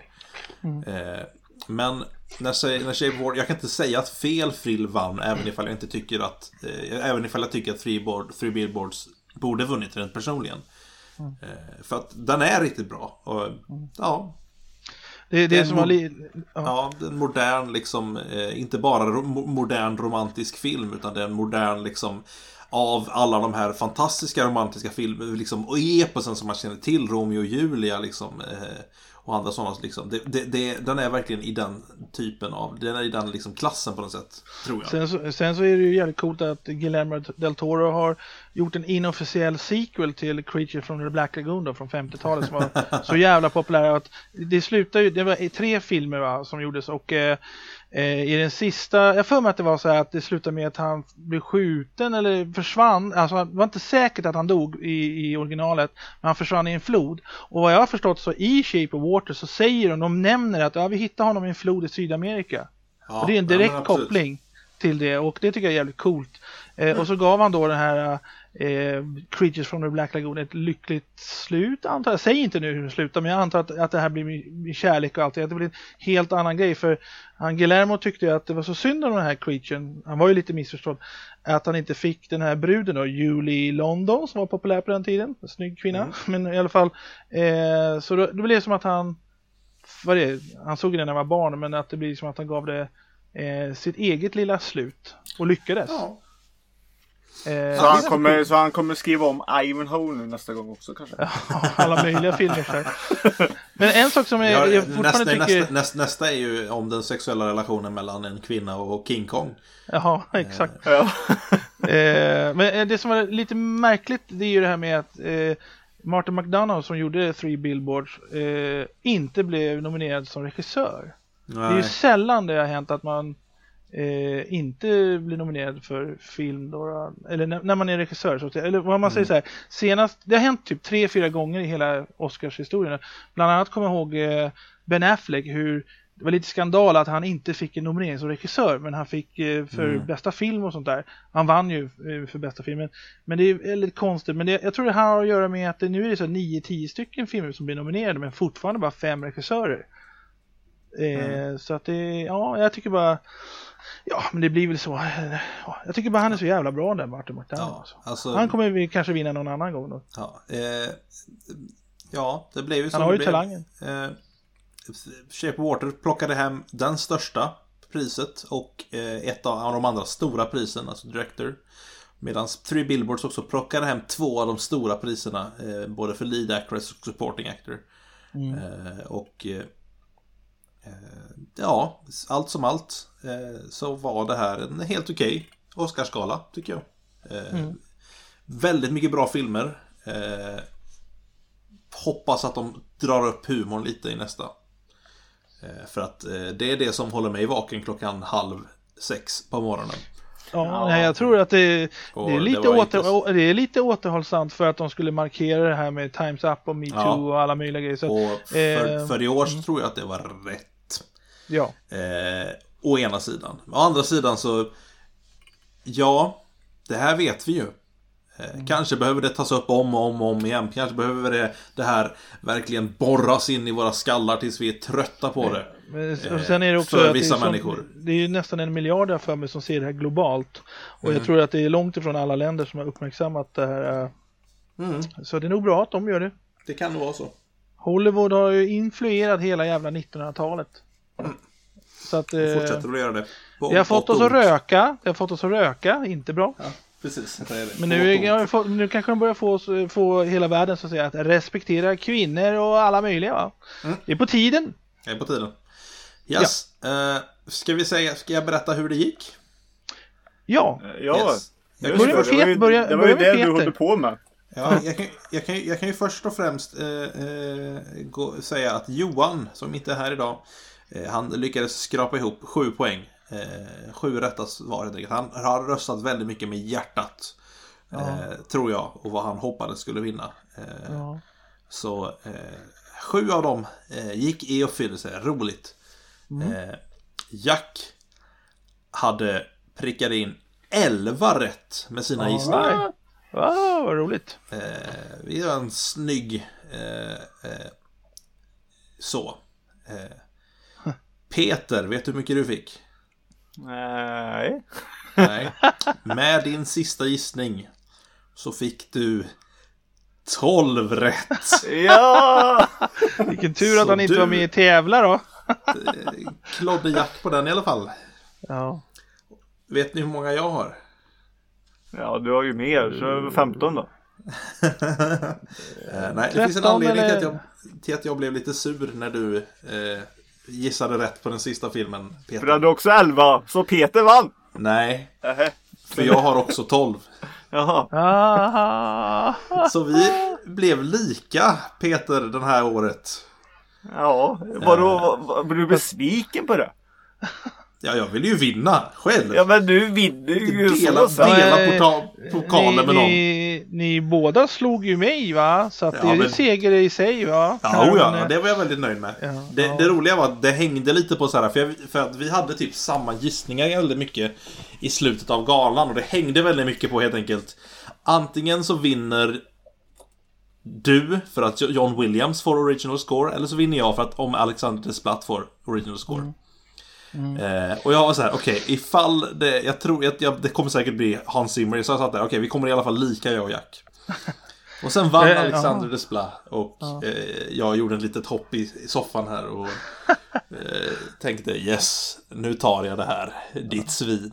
Men när Shape of Water, jag kan inte säga att fel film vann, även ifall jag inte tycker att även ifall jag tycker att Three Billboards borde vunnit rent personligen. För att den är riktigt bra. Och ja. Det som var ja, en modern liksom, inte bara modern romantisk film, utan det är en modern liksom, av alla de här fantastiska romantiska filmer liksom, och eposen som man känner till, Romeo och Julia liksom, och andra sådana liksom. Den är verkligen i den typen av, den är i den liksom klassen på något sätt, tror jag. Sen så är det ju jävligt coolt att Guillermo del Toro har gjort en inofficiell sequel till Creature from the Black Lagoon då, från 50-talet som var så jävla populär att det slutade ju, det var 3 filmer som gjordes och i den sista, jag för mig att det var så här att det slutade med att han blev skjuten eller försvann, alltså det var inte säkert att han dog i originalet, men han försvann i en flod. Och vad jag har förstått så i Shape of Water så säger de nämner att vi hittar honom i en flod i Sydamerika. Och det är en direkt koppling till det och det tycker jag är jävligt coolt. Och så gav han då den här Creatures from the Black Lagoon ett lyckligt slut, antar jag. Säg inte nu hur det slutar, men jag antar att det här blir min kärlek och allt. Det blir en helt annan grej, för Guillermo tyckte att det var så synd om den här creaturen. Han var ju lite missförstådd att han inte fick den här bruden då, Julie London, som var populär på den tiden, en snygg kvinna. Men i alla fall så då blev det som att han han såg den när han var barn, men att det blir som att han gav det sitt eget lilla slut och lyckades. Ja. Så han kommer skriva om Ivanhoe nu nästa gång också kanske? Ja, alla möjliga filmer så. Men en sak som jag fortfarande tycker... Nästa är ju om den sexuella relationen mellan en kvinna och King Kong. Jaha, exakt. Ja. Men det som var lite märkligt, det är ju det här med att Martin McDonagh som gjorde Three Billboards inte blev nominerad som regissör. Nej. Det är ju sällan det har hänt att man inte blir nominerad för film då, eller när man är regissör så, eller vad man säger så här, senast, det har hänt typ 3-4 gånger i hela Oscarshistorien. Bland annat kommer jag ihåg Ben Affleck, hur det var lite skandal att han inte fick en nominering som regissör, men han fick för bästa film och sånt där. Han vann ju för bästa filmen. Men det är lite konstigt, men jag tror det här har att göra med att nu är det så 9-10 stycken filmer som blir nominerade, men fortfarande bara 5 regissörer. Så att det, ja, jag tycker bara, ja, men det blir väl så. Jag tycker bara han är så jävla bra där, Martin McDonagh. Ja, alltså, han kommer vi kanske vinna någon annan gång då. Ja, ja, det blev ju så. Han har ju talangen. Shape of Water plockade hem den största priset och ett av de andra stora prisen, alltså Director. Medan Three Billboards också plockade hem 2 av de stora priserna, både för Lead Actress och Supporting Actor. Och ja, allt som allt så var det här en helt okej Oscarsgala, tycker jag. Väldigt mycket bra filmer. Hoppas att de drar upp humorn lite i nästa. För att det är det som håller mig vaken 5:30 på morgonen. Ja, jag tror att det är lite återhållsamt för att de skulle markera det här med Time's Up och Me Too och alla möjliga grejer. Så, och för i år så tror jag att det var rätt. Ja. Å ena sidan. Å andra sidan så, ja, det här vet vi ju. Kanske behöver det tas upp om igen. Kanske behöver det här verkligen borras in i våra skallar tills vi är trötta på det. Och sen är det också för vissa människor. Det är ju nästan 1 miljard för mig som ser det här globalt. Och jag tror att det är långt ifrån alla länder som har uppmärksammat det här. Så det är nog bra att de gör det. Det kan nog vara så. Hollywood har ju influerat hela jävla 1900-talet. Så att fortsätter att göra det. Det har fått oss att röka. Det har fått oss att röka, inte bra. Precis. Men nu kanske de börjar få hela världen så att säga att respektera kvinnor och alla möjliga, va? Det är på tiden. Det är på tiden. Yes. Ja. Ska jag berätta hur det gick? Ja. Yes. Det var ju det du håller på med. Ja, jag kan ju först och främst säga att Johan, som inte är här idag, han lyckades skrapa ihop 7 poäng. 7 rätta svar. Han har röstat väldigt mycket med hjärtat, tror jag, och vad han hoppades skulle vinna. Så 7 av dem gick i uppfyllelse. Roligt. Jack hade prickat in 11 rätt med sina gissningar. Vad roligt. Vi har en snygg så. Peter, vet du hur mycket du fick? Nej. Med din sista gissning så fick du 12 rätt. Ja! Vilken tur att han inte var med i tävla då. Klodde Jack på den i alla fall. Ja. Vet ni hur många jag har? Ja, du har ju mer, så 15 då. Nej, det finns en anledning till att jag blev lite sur när du gissade rätt på den sista filmen, Peter. För du hade också 11, så Peter vann. Nej, för jag har också 12. Jaha. Så vi blev lika, Peter, den här året. Ja, var du besviken på det? Ja, jag vill ju vinna själv. Ja, men du vinner ju. Dela pokalen med någon. Ni båda slog ju mig, va? Så att det är ju seger i sig, va? Ja, det var jag väldigt nöjd med. Det roliga var att det hängde lite på så här, för att vi hade typ samma gissningar väldigt mycket i slutet av galan, och det hängde väldigt mycket på helt enkelt. Antingen så vinner du för att John Williams får original score, eller så vinner jag för att om Alexander Desplat får original score. Och jag var så här, okej, ifall det, jag tror att det kommer säkert bli Hans Zimmer, så jag sa där, okej, vi kommer i alla fall lika, jag och Jack. Och sen vann Alexander Desplat, och jag gjorde en litet hopp i soffan här och tänkte, yes, nu tar jag det här, ditt svin.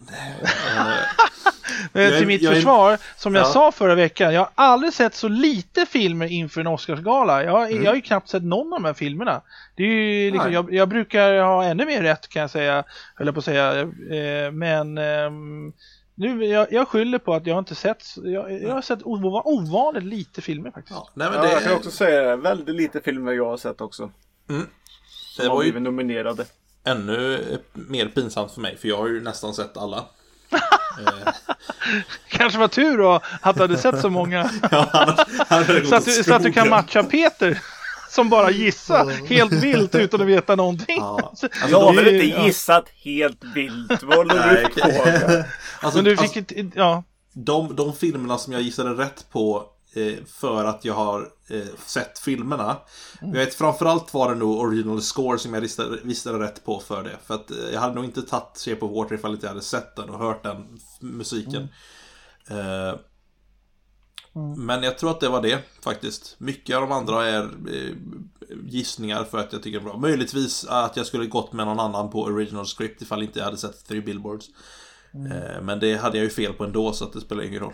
Till mitt försvar, som jag sa förra veckan, jag har aldrig sett så lite filmer inför en Oscarsgala. Jag har ju knappt sett någon av de här filmerna. Det är ju liksom, jag brukar ha ännu mer rätt, kan jag säga, höll jag på att säga. Men nu, jag skyller på att jag inte sett, jag har sett ovanligt lite filmer faktiskt. Ja, nej, men jag kan också säga väldigt lite filmer jag har sett också. Det var ju nominerade. Ännu mer pinsamt för mig, för jag har ju nästan sett alla. Kanske var tur då att du hade sett så många. Så att du kan matcha Peter som bara gissar helt vilt utan att veta någonting. Alltså, jag har väl inte gissat helt vilt. Vad håller du på? Alltså, men du fick de filmerna som jag gissade rätt på för att jag har sett filmerna. Jag vet, framförallt var det nog original score som jag visste rätt på för det. För att jag hade nog inte tagit Shape of Water ifall jag hade sett den och hört den musiken. Men jag tror att det var det faktiskt. Mycket av de andra är gissningar för att jag tycker det är bra. Möjligtvis att jag skulle gått med någon annan på original script ifall inte jag hade sett 3 Billboards. Men det hade jag ju fel på ändå, så att det spelar ingen roll.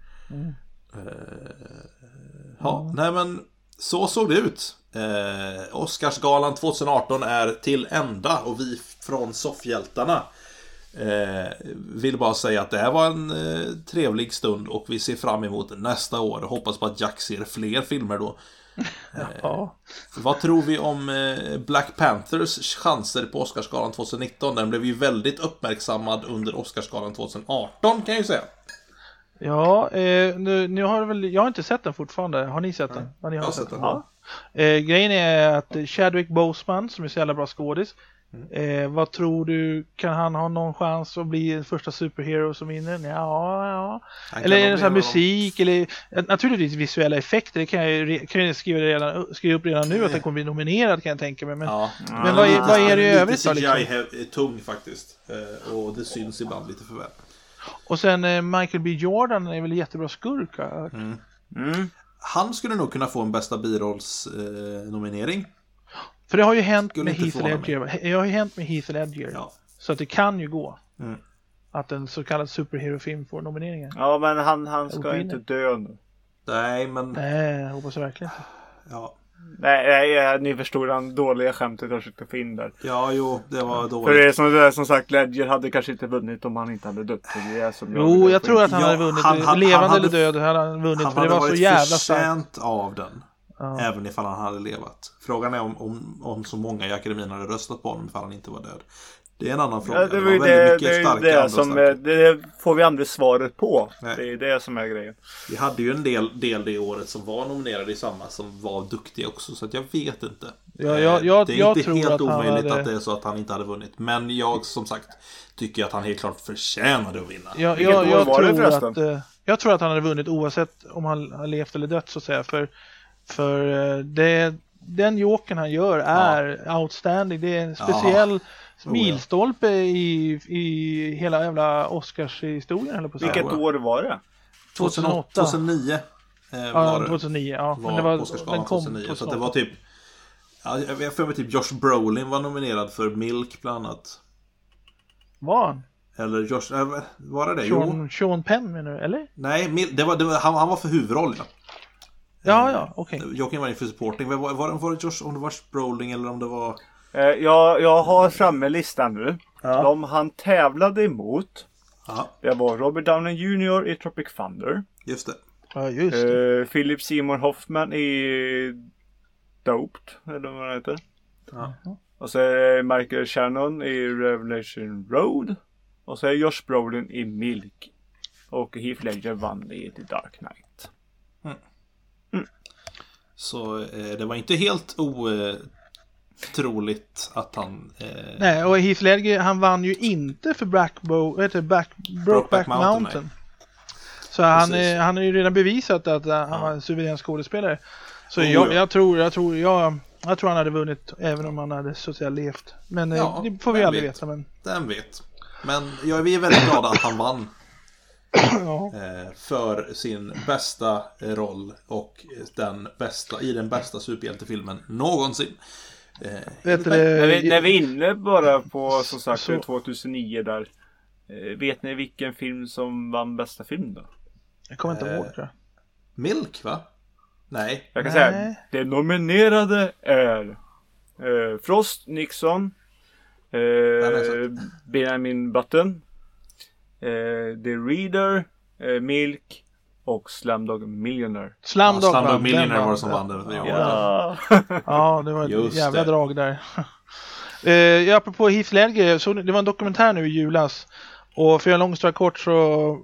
Nej, men så såg det ut. Oscarsgalan 2018 är till ända, och vi från Soffhjältarna vill bara säga att det här var en trevlig stund, och vi ser fram emot nästa år och hoppas på att Jack ser fler filmer då. Vad tror vi om Black Panthers chanser på Oscarsgalan 2019? Den blev ju väldigt uppmärksammad under Oscarsgalan 2018, kan jag ju säga. Ja, nu har väl, jag har inte sett den fortfarande. Har ni sett den? Jag har sett den. Grejen är att Chadwick Boseman, som är så jävla bra skådis, vad tror du, kan han ha någon chans att bli första superhero som vinner? Ja. Eller är det så här musik, eller naturligtvis visuella effekter, det kan jag skriva upp redan nu att den kommer bli nominerad, kan jag tänka mig. Men vad är det i övrigt då? CGI är tung faktiskt, och det syns ibland lite för väl. Och sen Michael B. Jordan är väl jättebra skurk. Han skulle nog kunna få en bästa birolls nominering. För det har ju hänt med Heath Ledger. Det har ju hänt med Heath Ledger. Så att det kan ju gå. att en så kallad superhero-film får nomineringen. Ja, men han ska inte dö nu. Nej, men... Nej, jag hoppas verkligen. Ja. Nej, ni förstod den dåliga skämtet jag försökte få in där. Ja, jo, det var dåligt. För det är som sagt, Ledger hade kanske inte vunnit om han inte hade dött. Det är som jag tror att han hade vunnit. Levande eller död hade han vunnit. Han för det var så jävla starkt. Han hade varit förtjänt av den. Ja. Även ifall han hade levat. Frågan är om så många i akademin hade röstat på honom ifall han inte var död. Det är en annan fråga. Ja, det får vi aldrig svaret på. Nej. Det är det som är grejen. Vi hade ju en del det året som var nominerade i samma som var duktiga också. Så att jag vet inte. Det är inte tror helt att omöjligt att det är så att han inte hade vunnit. Men jag som sagt tycker att han helt klart förtjänade att vinna. Jag tror att han hade vunnit oavsett om han har levt eller dött så att säga. För den Jokern han gör är outstanding. Det är en speciell milstolpe i hela jävla Oscars-historien. Eller på vilket år var det? 2008. 2009 var det. 2009, ja. Men det var Oscarsgalan 2009. Så det var typ... Ja, jag får mig typ Josh Brolin var nominerad för Milk bland annat. Var han? Eller Josh... var det? Sean Penn menar du, eller? Nej, han var för huvudroll, ja. Ja, okej. Joakim var för supporting. Var det Josh, om det var Brolin eller om det var... Jag har framme listan nu. Ja. De han tävlade emot. Ja. Det var Robert Downey Jr. i Tropic Thunder. Just det. Ja, just det. Philip Seymour Hoffman i Doped, eller vad det heter. Ja. Och så är Michael Shannon i Revelation Road. Och så är Josh Brolin i Milk. Och Heath Ledger vann i The Dark Knight. Så det var inte helt troligt att han... Nej, och Heath Ledger, han vann ju inte för Brokeback Mountain. Så han har ju redan bevisat att han var en suverän skådespelare. Så jag tror han hade vunnit även om han hade så att säga levt. Men det får vi aldrig veta. Men... Den vet. Men vi är väldigt glada att han vann. För sin bästa roll och i den bästa superhjältefilmen någonsin. När vi är inne bara på som sagt 2009 där. Vet ni vilken film som vann bästa film då? Jag kommer inte ihåg det. Milk, va? Nej. Jag kan säga det nominerade är Frost, Nixon, Benjamin Button, The Reader, Milk och Slumdog Millionaire. Slumdog Millionaire var det som vann det. Ja, det var ett jävla drag där. Apropå Heath Ledger, så det var en dokumentär nu i julas. Och för en lång stund kort så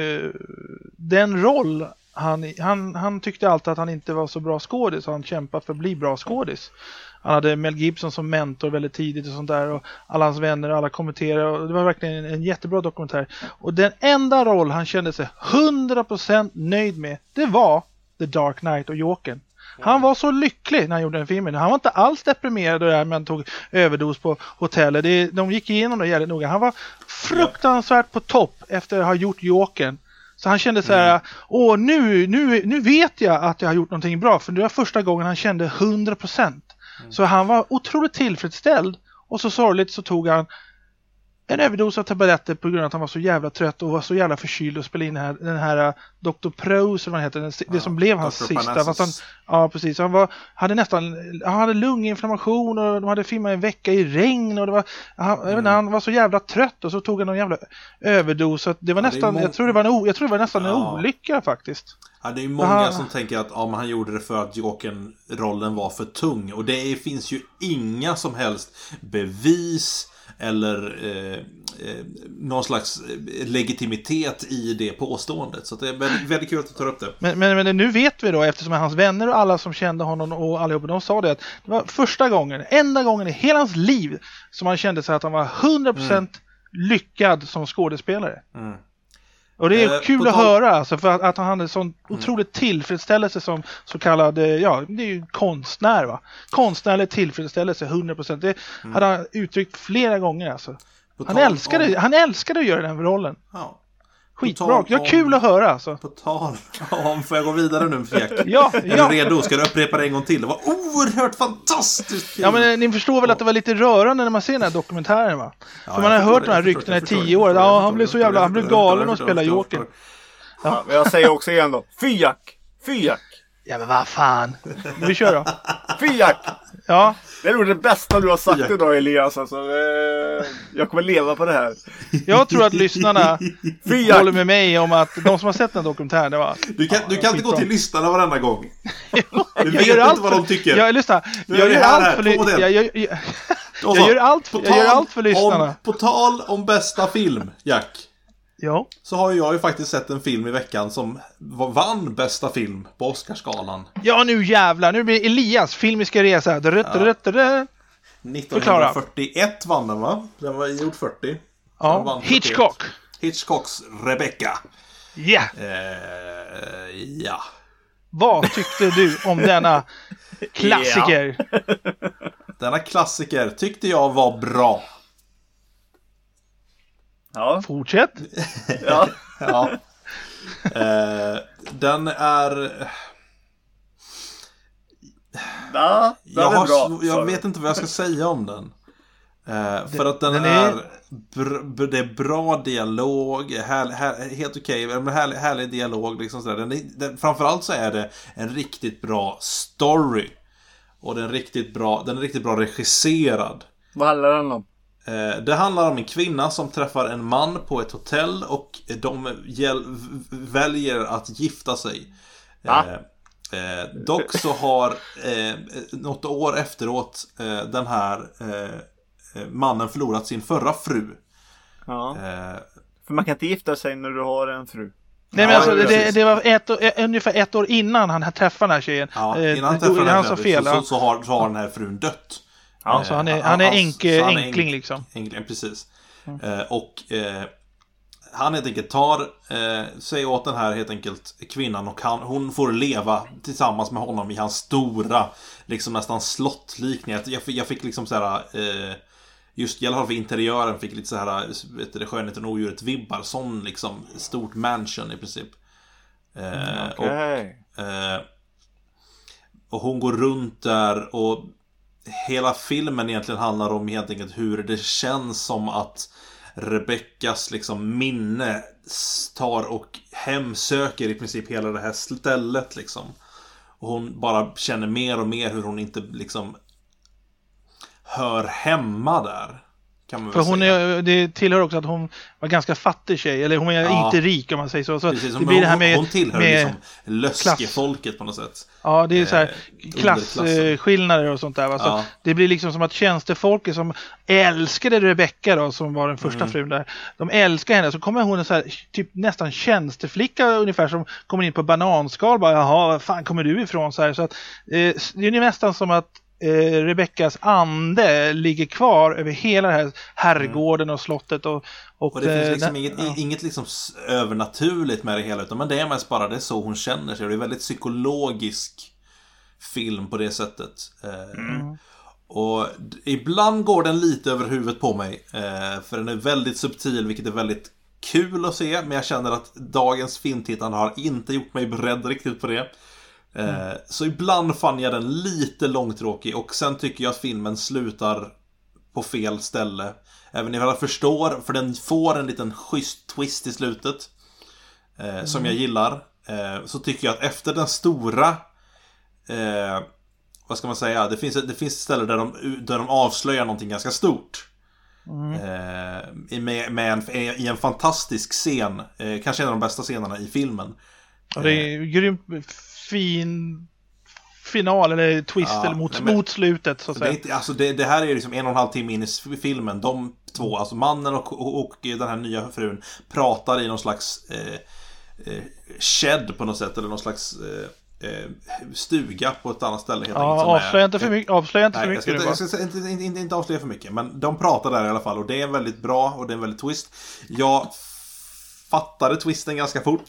den roll han tyckte alltid att han inte var så bra skådis, så han kämpade för att bli bra skådis. Han hade Mel Gibson som mentor väldigt tidigt och sånt där, och alla hans vänner och alla kommenterade, och det var verkligen en jättebra dokumentär. Och den enda roll han kände sig 100% nöjd med, det var The Dark Knight och Jokern. Han var så lycklig när han gjorde den filmen. Han var inte alls deprimerad där man tog överdos på hotellet. De gick igenom det jävligt noga. Han var fruktansvärt på topp efter att ha gjort Jokern. Så han kände så här, nu vet jag att jag har gjort någonting bra. För det var första gången han kände 100%. Så han var otroligt tillfredsställd. Och så sorgligt så tog han en överdos av tabletter på grund av att han var så jävla trött och var så jävla förkyld och spelade in den här Dr. Prose, vad han heter, det som blev hans sista. Fast precis. Han hade lunginflammation och de hade filmat en vecka i regn och det var, han var så jävla trött och så tog han någon jävla överdos. Så det var nästan, jag tror det var nästan en olycka faktiskt. Ja, det är många som tänker att han gjorde det för att Jokern-rollen var för tung. Och det finns ju inga som helst bevis eller någon slags legitimitet i det påståendet. Så det är väldigt, väldigt kul att du tar upp det. Men nu vet vi då, eftersom hans vänner och alla som kände honom och allihopa, de sa det att det var enda gången i hela hans liv som han kände sig att han var 100% lyckad som skådespelare. Och det är kul att höra, alltså, för att han hade sån otroligt tillfredsställelse som så kallad, det är ju konstnär, va? Konstnärlig tillfredsställelse, 100%. Det hade han uttryckt flera gånger, alltså. Han älskade att göra den rollen. Ja. Skitbra. Det var kul att höra alltså. På tal om, får jag gå vidare nu, Jack? Ja. Är du redo? Ska du upprepa det en gång till? Det var oerhört fantastiskt kul. Ja, men ni förstår väl att det var lite rörande när man ser den här dokumentären, va? Ja, för man har hört de här ryktena i 10 år. Ja, han blev så jävla, han blev galen och spela Joker. Ja, men jag säger också igen då. Fyack! Ja, men vad fan. Vi kör då. Fyack! Ja. Det är nog det bästa du har sagt idag, Elias. Alltså, jag kommer leva på det här. Jag tror att lyssnarna håller med mig om att de som har sett den dokumentären, det var... Du kan inte gå till lyssnarna varenda gång. Du vet gör inte vad de tycker. Jag gör allt för lyssnarna. På tal om bästa film, Jack. Ja. Så har jag ju faktiskt sett en film i veckan som vann bästa film på Oscarsgalan. Ja, nu jävlar. Nu blir Elias filmiska resa. 1941 vann den, va? Den var gjord 40. Ja, Hitchcock. Hitchcocks Rebecca. Yeah. Ja. Vad tyckte du om denna klassiker? Denna klassiker tyckte jag var bra. Ja. Fortsätt. Ja. Den är... Ja, jag vet inte vad jag ska säga om den. För att den är... Det är bra dialog, helt okej, härlig dialog liksom sådär. Framförallt så är det en riktigt bra story. Och den är riktigt bra regisserad. Vad handlar den om? Det handlar om en kvinna som träffar en man på ett hotell och de väljer att gifta sig. Dock så har något år efteråt den här mannen förlorat sin förra fru. Ja. För man kan inte gifta sig när du har en fru. Nej, men alltså, det var ungefär 1 år innan han träffade den här tjejen. Ja, innan han träffade den här fel, så har den här frun dött. Ja, så han är enkling liksom. Enkling, precis. Och han helt enkelt tar sig åt den här helt enkelt kvinnan och hon får leva tillsammans med honom i hans stora, liksom nästan slottlikning. Jag fick liksom så här just i alla fall för interiören fick lite så här, vet du, Skönheten och odjuret vibbar, sån liksom stort mansion i princip. Och hon går runt där och hela filmen egentligen handlar om helt enkelt hur det känns som att Rebeckas liksom minne tar och hemsöker i princip hela det här stället liksom. Och hon bara känner mer och mer hur hon inte liksom hör hemma där. Kan man väl säga. Det tillhör också att hon var ganska fattig tjej. Eller hon är inte rik om man säger så. Precis, det blir det här med, hon tillhör med liksom löskefolket på något sätt. Ja, det är så här klasskillnader och sånt där. Va? Så det blir liksom som att tjänstefolket som älskade Rebecca då, som var den första frun där. De älskar henne. Så kommer hon en så här, typ nästan tjänsteflicka ungefär som kommer in på bananskal. Bara, jaha, fan kommer du ifrån? Så att, det är nästan som att Rebeckas ande ligger kvar över hela den här herrgården och slottet och det finns liksom inget liksom övernaturligt med det hela, utan men det är mest bara det är så hon känner sig. Det är väldigt psykologisk film på det sättet. Och ibland går den lite över huvudet på mig, för den är väldigt subtil, vilket är väldigt kul att se, men jag känner att dagens filmtittande har inte gjort mig beredd riktigt på det. Så ibland fann jag den lite långtråkig, och sen tycker jag att filmen slutar på fel ställe. Även om jag förstår, för den får en liten schysst twist i slutet som jag gillar. Så tycker jag att efter den stora vad ska man säga, det finns ställen där de avslöjar någonting ganska stort. I en fantastisk scen, kanske en av de bästa scenerna i filmen. Ja, det är grymt fin final eller twist eller mot slutet så att säga. Det här är liksom 1,5 timme in i filmen. De två, alltså mannen och den här nya frun, pratar i någon slags shed på något sätt, eller någon slags stuga på ett annat ställe helt enkelt. Avslöja inte för mycket. Jag ska inte avslöja för mycket, men de pratar där i alla fall, och det är väldigt bra och det är en väldigt twist. Jag fattade twisten ganska fort.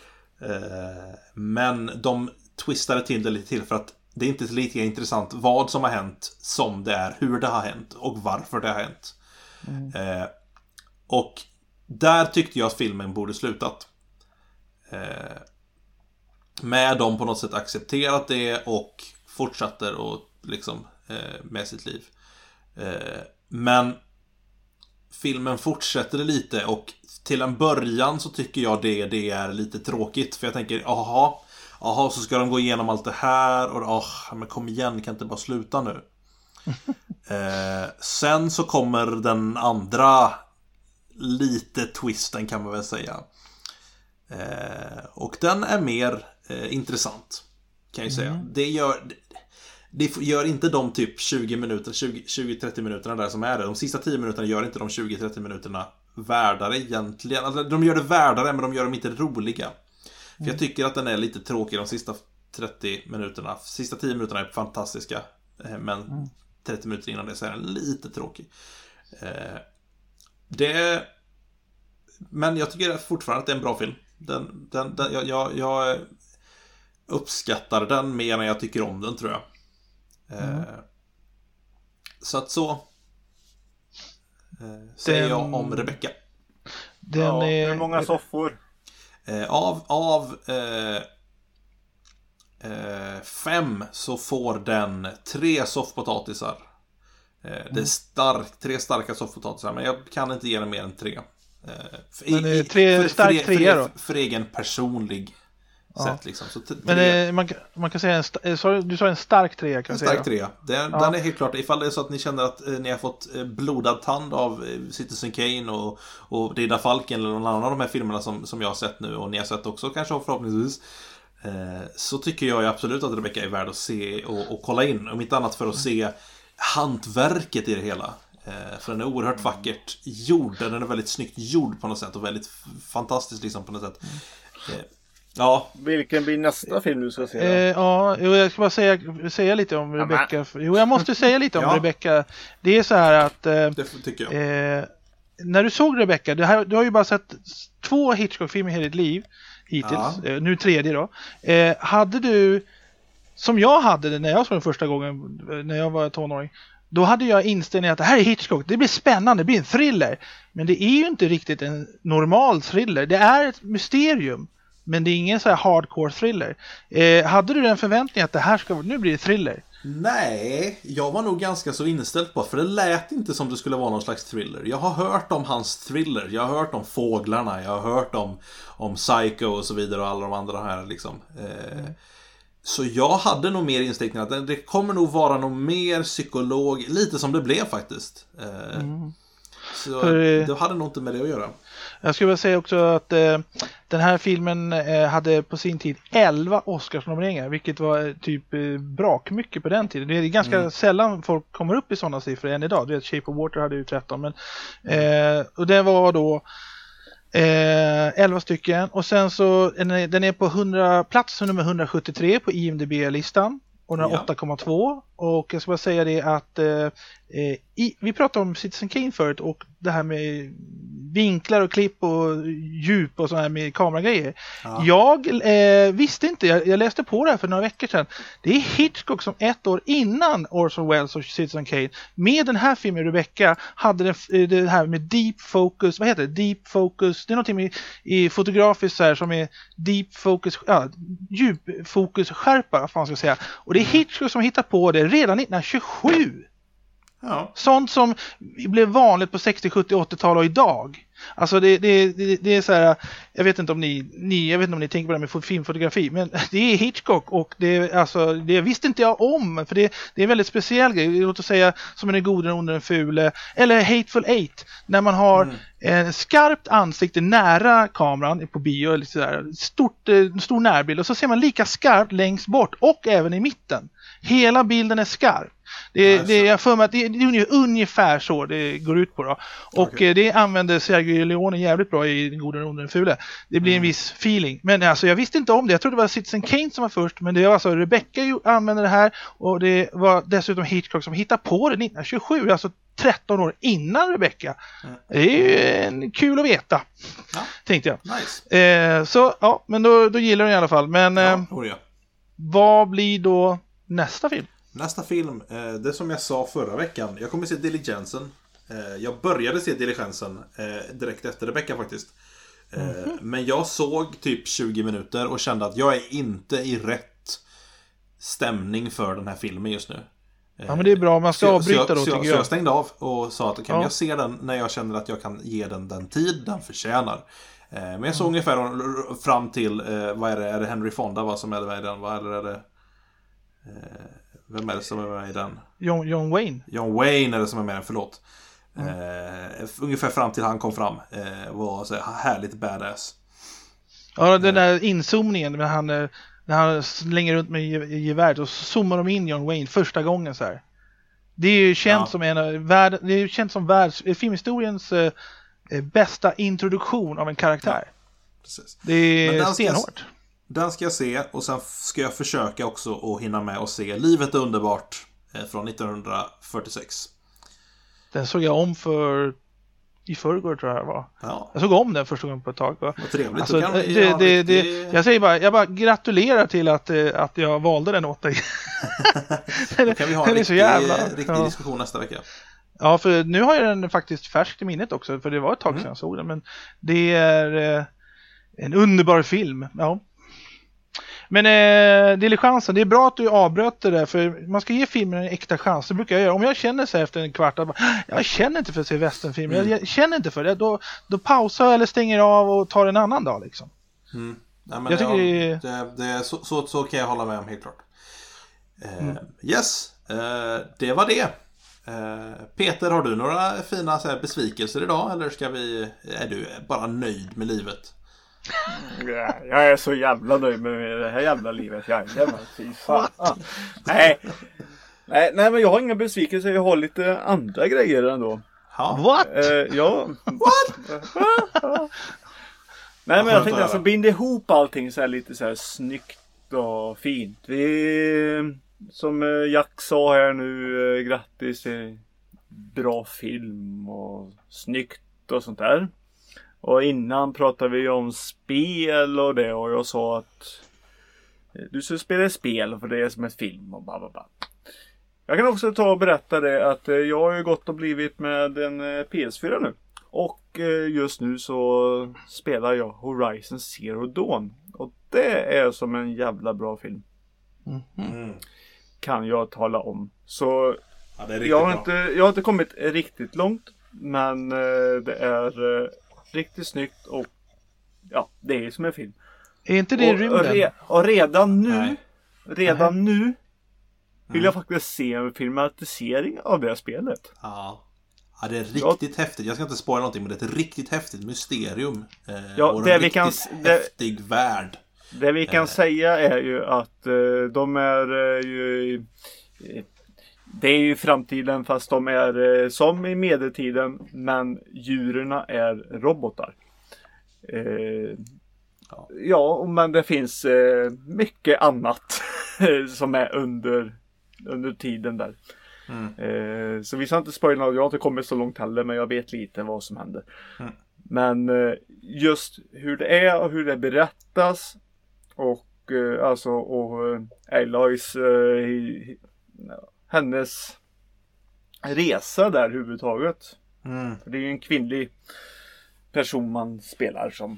Men de twistade till det lite till, för att det är inte lika intressant vad som har hänt som det är hur det har hänt och varför det har hänt. Och där tyckte jag att filmen borde slutat. Med dem på något sätt accepterat det och fortsätter och liksom med sitt liv. Men filmen fortsätter lite och till en början så tycker jag det är lite tråkigt. För jag tänker, jaha, så ska de gå igenom allt det här och men kom igen, kan inte bara sluta nu. Sen så kommer den andra lite twisten, kan man väl säga. Och den är mer intressant, kan jag säga. Det gör inte de typ 20-30 minuterna där som är det. De sista 10 minuterna gör inte de 20-30 minuterna värdare egentligen. Alltså, de gör det värdare, men de gör dem inte roliga. För jag tycker att den är lite tråkig de sista 30 minuterna. Sista 10 minuterna är fantastiska, men 30 minuter innan det så är den lite tråkig. Men jag tycker fortfarande att det är en bra film. Jag uppskattar den mer än jag tycker om den, tror jag. Så att säger jag om Rebecca. Hur många soffor? Av 5 så får den 3 soffpotatisar. Det är 3 starka soffpotatisar, men jag kan inte ge den mer än 3. För egen personlig sätt liksom. Så men man kan säga du sa en stark 3, kan en stark 3. Den är helt klart, ifall det är så att ni känner att ni har fått blodad tand av Citizen Kane och Rida Falken eller någon annan av de här filmerna som jag har sett nu, och ni har sett också kanske förhoppningsvis, så tycker jag absolut att Rebecca är värd att se och kolla in, om inte annat för att se hantverket i det hela. För den är oerhört vackert gjord. Den är väldigt snyggt gjord på något sätt och väldigt fantastisk liksom på något sätt. Vilken blir nästa film du ska se då? Jag ska bara säga lite om Rebecca. Jag måste säga lite om Rebecca. Det är så här att det tycker jag. När du såg Rebecca, du har ju bara sett 2 Hitchcock-filmer i hela ditt liv hittills. Nu 3:e då. Hade du, som jag hade det när jag såg den första gången när jag var tonåring, då hade jag inställningen att det här är Hitchcock, det blir spännande, det blir en thriller. Men det är ju inte riktigt en normal thriller. Det är ett mysterium, men det är ingen så här hardcore thriller. Hade du den förväntningen att det här nu blir det thriller? Nej, jag var nog ganska så inställd på, för det lät inte som det skulle vara någon slags thriller. Jag har hört om hans thriller, jag har hört om Fåglarna, jag har hört om Psycho och så vidare och alla de andra här liksom. Så jag hade nog mer inställning att det kommer nog vara nog mer psykolog, lite som det blev faktiskt. Så det hade nog inte med det att göra. Jag skulle vilja säga också att den här filmen hade på sin tid 11 Oscarsnomineringar, vilket var typ brakmycket på den tiden. Det är ganska sällan folk kommer upp i sådana siffror än idag. Du vet, Shape of Water hade ju 13, men och det var då 11 stycken, och sen så den är på plats nummer 173 på IMDb-listan och den har 8,2, och jag ska bara säga det att vi pratade om Citizen Kane förut, och det här med vinklar och klipp och djup och så här med kameragrejer. Jag visste inte, jag läste på det här för några veckor sedan. Det är Hitchcock som 1 år innan Orson Welles och Citizen Kane med den här filmen Rebecca hade det här med deep focus. Vad heter det? Deep focus. Det är någonting i fotografiskt så här som är deep focus, djup fokus skärpa, vad fan ska jag säga. Och det är Hitchcock som hittar på det redan 1927. Sånt som blev vanligt på 60, 70, 80-tal och idag. Alltså det är så här, jag vet inte om ni tänker på det med filmfotografi, men det är Hitchcock, och det visste inte jag om, för det är en väldigt speciell grej. Låt oss säga som en god, den onde, den fule, eller Hateful Eight, när man har en skarpt ansikte nära kameran på bio eller så där, stor närbild, och så ser man lika skarpt längst bort och även i mitten. Hela bilden är skarp. Jag för mig att det är ungefär så det går ut på då. Och det använder Sergio Leone jävligt bra i Den gode, den onde, den fule. Det blir en viss feeling. Men alltså jag visste inte om det. Jag trodde det var Citizen Kane som var först, men det var alltså Rebecca använde det här, och det var dessutom Hitchcock som hittade på det 1927, alltså 13 år innan Rebecca. Det är ju kul att veta. Tänkte jag. Nice. Så men då gillar den i alla fall. Men vad blir då nästa film? Nästa film, det som jag sa förra veckan. Jag kommer se Diligensen Jag började se Diligensen direkt efter Rebecca faktiskt. Men jag såg typ 20 minuter och kände att jag är inte i rätt stämning för den här filmen just nu. Ja, men det är bra, man ska avbryta då, tycker jag. Så jag stängde av och sa att jag ser den när jag känner att jag kan ge den tid den förtjänar. Men jag såg ungefär fram till, vad är det Henry Fonda vad som är med i den, vad är det? Vem är det som är med i den? John Wayne. John Wayne är det som är med i den, förlåt. Ungefär fram till han kom fram var så härligt badass. Ja, den där inzoomningen när han slänger runt med geväret och så zoomar de in John Wayne första gången så här. Det är ju känt som filmhistoriens bästa introduktion av en karaktär. Ja, precis. Det är stenhårt. Den ska jag se, och sen ska jag försöka också att hinna med och se Livet är underbart från 1946. Den såg jag om i förrgår, tror jag det var. Ja. Jag såg om den första gången på ett tag. Vad trevligt. Alltså, jag säger jag bara gratulerar till att jag valde den åt dig. Då kan vi ha en riktig diskussion nästa vecka. Ja, för nu har jag den faktiskt färskt i minnet också, för det var ett tag sedan jag såg den. Men det är en underbar film, ja. Men Diligensen, det är bra att du avbröt det där, för man ska ge filmen en äkta chans. Det brukar jag göra. Om jag känner så efter en kvart att jag känner inte för att se westernfilm, jag känner inte för det, då pausar jag eller stänger av och tar en annan dag liksom. Nej, men jag tycker så kan jag hålla med om, helt klart. Yes, det var det. Peter, har du några fina så här besvikelser idag, eller är du bara nöjd med livet? Jag är så jävla nöjd med det här jävla livet. Nej, men jag har inga besvikelser. Jag har lite andra grejer ändå. What? Ja. What? Nej, men jag tänkte alltså binda ihop allting så här lite så här snyggt och fint. Som Jack sa här nu, grattis till bra film och snyggt och sånt där. Och innan pratade vi om spel och det, och jag sa att du ska spela spel för det är som ett film och bla. Jag kan också ta och berätta det att jag har ju gått och blivit med en PS4 nu. Och just nu så spelar jag Horizon Zero Dawn. Och det är som en jävla bra film. Kan jag tala om. Så ja, det är jag har inte kommit riktigt långt, men det är riktigt snyggt och ja, det är som en film. Är inte det rymden? Och redan nu vill jag faktiskt se en filmatisering av det här spelet. Ja, det är riktigt häftigt. Jag ska inte spoila någonting, men det är ett riktigt häftigt mysterium. Och det vi kan häftig värld. Det vi kan säga är ju att de är ju det är ju framtiden, fast de är som i medeltiden, men djuren är robotar. Ja, men det finns mycket annat som är under tiden där. Så vi ska inte spoila, jag har inte kommit så långt heller, men jag vet lite vad som händer. Men just hur det är och hur det berättas och Aloys hennes resa där huvudtaget. Det är ju en kvinnlig person man spelar som.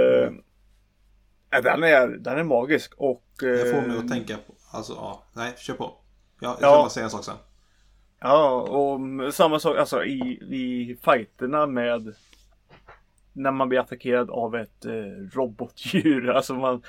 Den är magisk och jag får mig att tänka på. Alltså, ja, nej, kör på. Jag ska bara säga en sak sen. Ja, och samma sak alltså i fighterna med när man blir attackerad av ett robotdjur. Alltså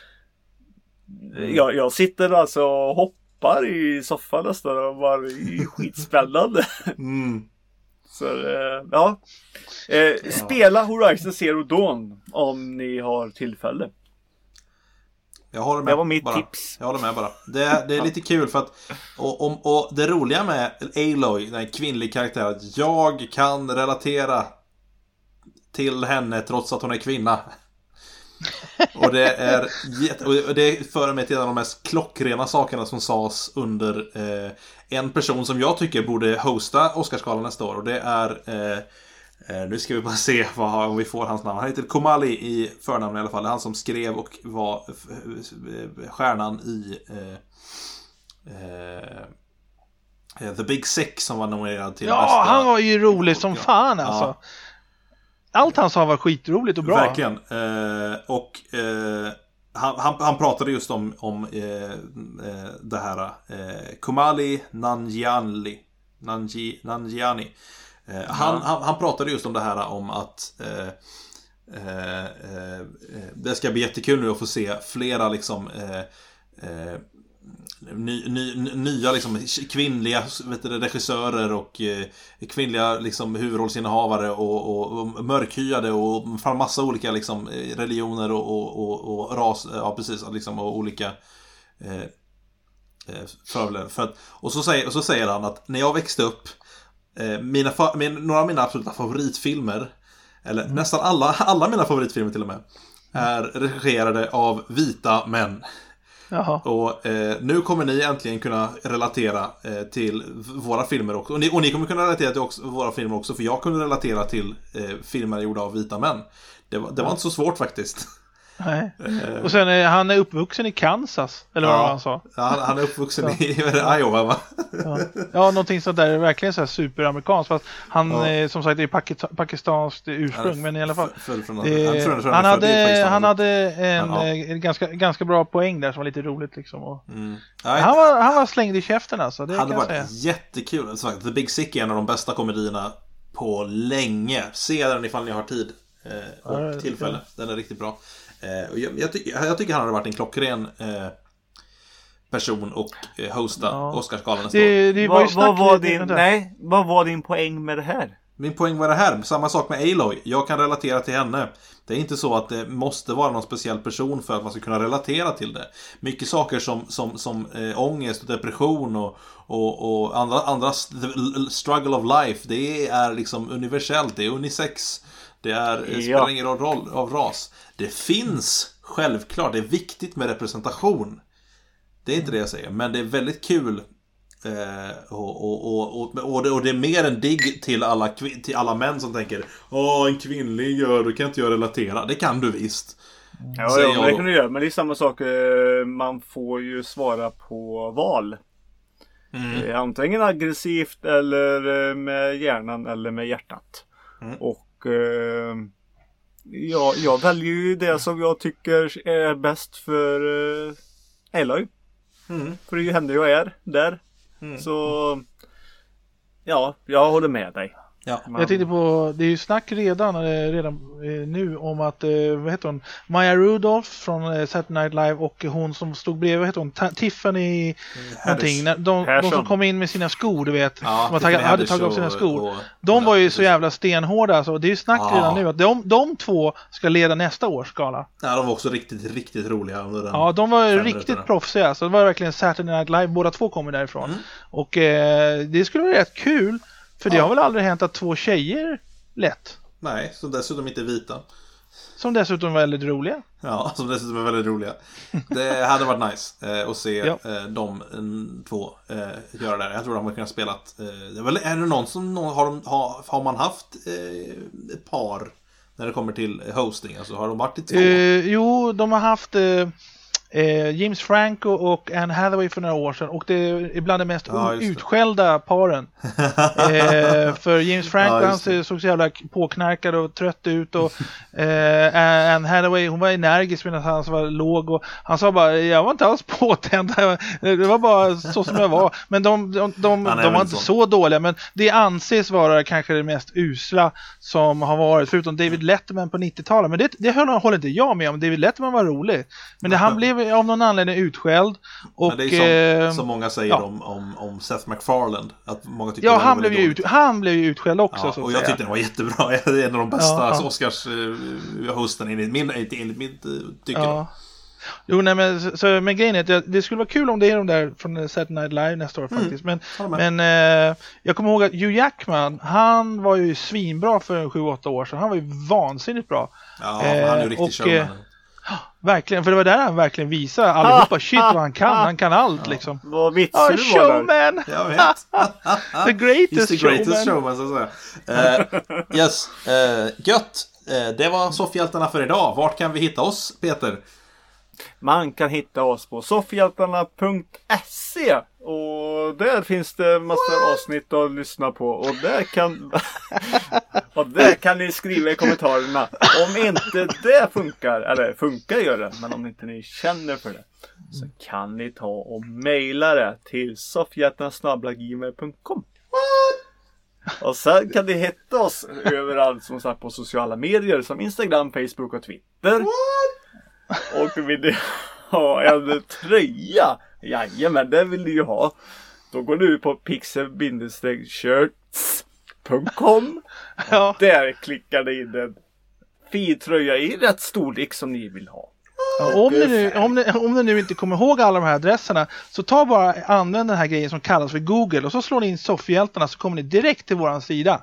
jag sitter alltså och hoppar i soffan nästan och var skitspännande. Så ja. Spela Horizon Zero Dawn om ni har tillfälle. Jag håller med. Det var mitt tips. Jag håller med bara. Det är lite kul för att och det roliga med Aloy, den kvinnliga karaktären, att jag kan relatera till henne trots att hon är kvinna. Och det för mig till en av de mest klockrena sakerna som sades under en person som jag tycker borde hosta Oscarsgalan nästa år. Och det är nu ska vi bara se om vi får hans namn. Han heter Komali i förnamn i alla fall. Det är han som skrev och var stjärnan i The Big Sick som var nominerad till bästa. Ja, han var ju rolig som fan alltså. Ja. Allt han sa var skitroligt och bra. Verkligen. Han pratade just om det här Kumail Nanjiani. Han pratade just om det här om att det ska bli jättekul nu att få se flera liksom nya liksom kvinnliga regissörer och kvinnliga liksom huvudrollsinnehavare och mörkhyade och från massa olika liksom religioner och ras, ja precis liksom, och olika och så säger han att när jag växte upp några av mina absoluta favoritfilmer, eller nästan alla mina favoritfilmer till och med, är regisserade av vita män. Jaha. Och nu kommer ni äntligen kunna relatera till våra filmer också. Och ni kommer kunna relatera till våra filmer också, för jag kunde relatera till filmer gjorda av vita män. Det var inte så svårt faktiskt. Nej. Och sen han är uppvuxen i Kansas, eller vad han sa. Ja, han är uppvuxen i Iowa, va? Ja, någonting sånt där, verkligen så här superamerikanskt, fast han som sagt är pakistanskt ursprung, men i alla fall han hade en ganska bra poäng där som var lite roligt liksom, och han var slängd i käften alltså, det hade kan jag säga. Jättekul. The Big Sick är en av de bästa komedierna på länge. Se den ifall ni har tid och tillfälle. Den är riktigt bra. Jag tycker han hade varit en klockren person och hosta Oscarsgalan nästa år. Vad var din poäng med det här? Min poäng var det här, samma sak med Aloy. Jag kan relatera till henne. Det är inte så att det måste vara någon speciell person för att man ska kunna relatera till det. Mycket saker som ångest och depression och andra struggle of life, det är liksom universellt, det är unisex. Det spelar ingen roll av ras. Det finns, självklart, det är viktigt med representation. Det är inte det jag säger, men det är väldigt kul. Och det är mer en digg till alla män som tänker en kvinnlig gör, då kan inte jag relatera. Det kan du visst. Ja, det kan du göra, men det är samma sak. Man får ju svara på val. Antingen aggressivt eller med hjärnan eller med hjärtat. Och jag väljer ju det som jag tycker är bäst för Aloy. För det är ju henne jag är där. Så ja, jag håller med dig. Ja. Jag tänkte på, det är ju snack redan nu om att, vad heter hon? Maya Rudolph från Saturday Night Live och hon som stod bredvid, vad heter hon? Tiffany någonting. De som kom in med sina skor, du vet. Ja, de hade tagit av sina skor. De var ju så jävla stenhårda. Så det är ju snack redan nu att de två ska leda nästa års gala. Ja, de var också riktigt roliga under den. Ja, de var riktigt proffsiga. Så det var verkligen Saturday Night Live. Båda två kommer därifrån. Och det skulle vara rätt kul. För det har väl aldrig hänt att två tjejer lätt. Nej, som dessutom inte är vita. Som dessutom var väldigt roliga. Ja, som dessutom är väldigt roliga. Det hade varit nice att se de två göra det. Jag tror de har kunnat spela. Är det någon som har man haft ett par när det kommer till hosting? Alltså har de varit i två? Jo, de har haft James Franco och Anne Hathaway för några år sedan, och det är bland de mest utskällda paren. För James Franco, han såg så jävla påknarkad och trött ut, och Anne Hathaway, hon var energisk medan han var låg, och han sa bara, jag var inte alls påtänd, det var bara så som jag var. Men de var inte så dåliga, men det anses vara kanske det mest usla som har varit, förutom David Letterman på 90-talet. Men det håller inte jag med om. David Letterman var rolig, men han blev av någon anledning utskälld. Och, men det är som många säger om Seth MacFarlane, att många tycker han blev ju utskälld också. Och jag tyckte den var jättebra. Det är en av de bästa Oscars hosten enligt mitt tycke. Ja. Jo, nej, men grejen är att det skulle vara kul om det är de där från Saturday Night Live nästa år faktiskt. Men jag kommer ihåg att Hugh Jackman, han var ju svinbra för 7-8 år sedan. Han var ju vansinnigt bra. Ja, han är ju riktigt showman. Verkligen, för det var där han verkligen visade allihopa, shit vad han kan. Han kan allt liksom. Vad vitsar du var showman! Jag vet. The greatest showman, så att säga. Yes, gött. Det var soffhjältarna för idag. Vart kan vi hitta oss, Peter? Man kan hitta oss på soffhjältarna.se och där finns det massor avsnitt att lyssna på och där kan ni skriva i kommentarerna om inte det funkar, eller funkar gör det, men om inte ni känner för det så kan ni ta och mejla det till soffhjältarna@gmail.com. Och sen kan ni hitta oss överallt som sagt på sociala medier som Instagram, Facebook och Twitter. Och vill ni ha en tröja? Jajamän, det vill ni ju ha. Då går du på pixel-shirts.com. Ja. Där klickar ni in en fin tröja i rätt storlek som ni vill ha. Ja, om ni nu inte kommer ihåg alla de här adresserna så använd den här grejen som kallas för Google och så slår ni in Soffhjältarna så kommer ni direkt till våran sida.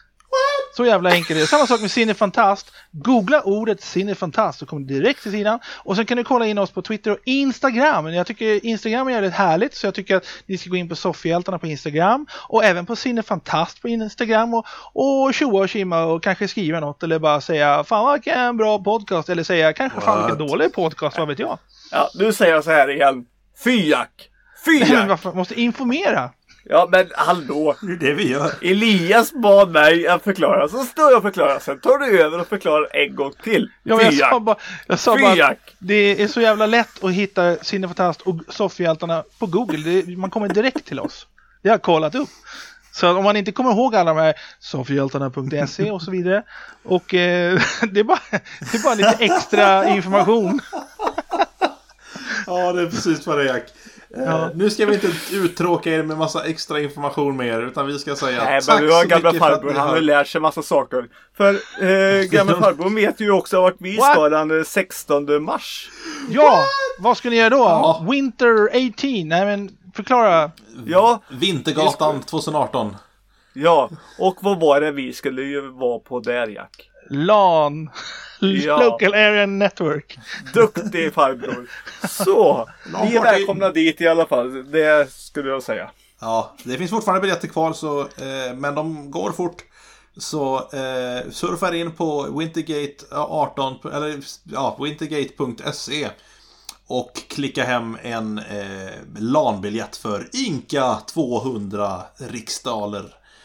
Så jävla enkelt är det. Samma sak med Cinefantast. Googla ordet Cinefantast så kommer du direkt till sidan. Och sen kan du kolla in oss på Twitter och Instagram. Jag tycker Instagram är jävligt härligt så jag tycker att ni ska gå in på Soffhjältarna på Instagram och även på Cinefantast på Instagram och tjoa och kimma och kanske skriva något eller bara säga fan vilken bra podcast eller säga kanske fan vilken dålig podcast, vad vet jag. Ja, nu säger jag så här igen. Fyack! Men varför måste informera? Ja, men hallå. Det är det vi gör. Elias bad mig att förklara. Så står jag och förklarar. Sen tar du över och förklarar en gång till. Ja, jag sa bara att det är så jävla lätt att hitta Cinefantast och Soffhjältarna på Google. Man kommer direkt till oss. Det har jag kollat upp. Så om man inte kommer ihåg alla de här soffhjältarna.se och så vidare. Och det är bara lite extra information. Ja, det är precis vad det är. Nu ska vi inte uttråka er med massa extra information mer utan vi ska säga nej, tack men vi har så gamla mycket farbror, han har lärt sig massa saker. För gamla farbror vet ju också vart vi ska den 16 mars. Ja, vad ska ni göra då? Ja. Winter 18, nej men förklara. Ja, Vintergatan 2018. Ja, och vad var det vi skulle ju vara på där, Jack? LAN. Ja. Local Area Network. Duktig farbror. Så, vi är välkomna dit i alla fall. Det skulle jag säga. Ja, det finns fortfarande biljetter kvar så, men de går fort. Så surfa in på Wintergate 18 eller ja, wintergate.se och klicka hem en LAN-biljett för Inka 200 riksdaler.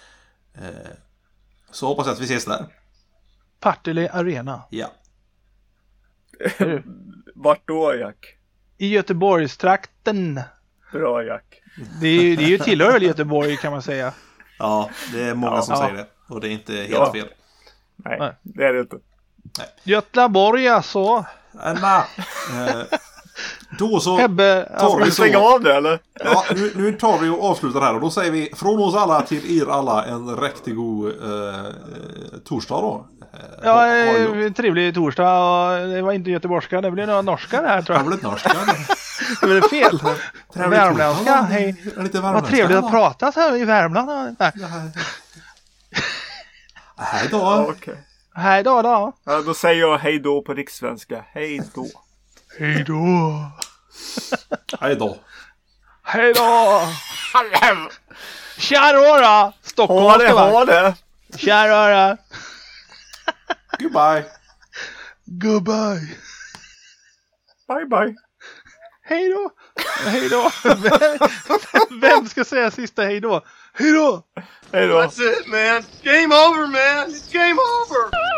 Så hoppas jag att vi ses där. Partille Arena. Ja. Vart då, Jack? I Göteborgstrakten. Bra, Jack. Det är ju tillhör Göteborg kan man säga. Ja, det är många som säger det. Och det är inte helt fel. Nej, det är det inte. Nej. Göteborg alltså. Då så Hebbe, tar vi så. Stänga av det, eller? Ja, nu tar vi och avslutar här. Och då säger vi från oss alla till er alla en riktigt god torsdag då. Ja, en trevlig torsdag. Och det var inte göteborgska, det blev några norska här tror jag. Det blev norska. Det blev fel. Värmländska. Hej. Vad trevligt att prata här i Värmland. Hej då. Okay. Hej då då. Ja, då säger jag hej då på rikssvenska. Hej då. Hej då. Hej då. Hej då. Tja då. Stockholm. Ha det. Tja då. Goodbye. Goodbye. Bye bye. Hej då. Hej då. Vem ska säga sista hej då? Hej då. Hej då. That's it, man. Game over, man. It's game over.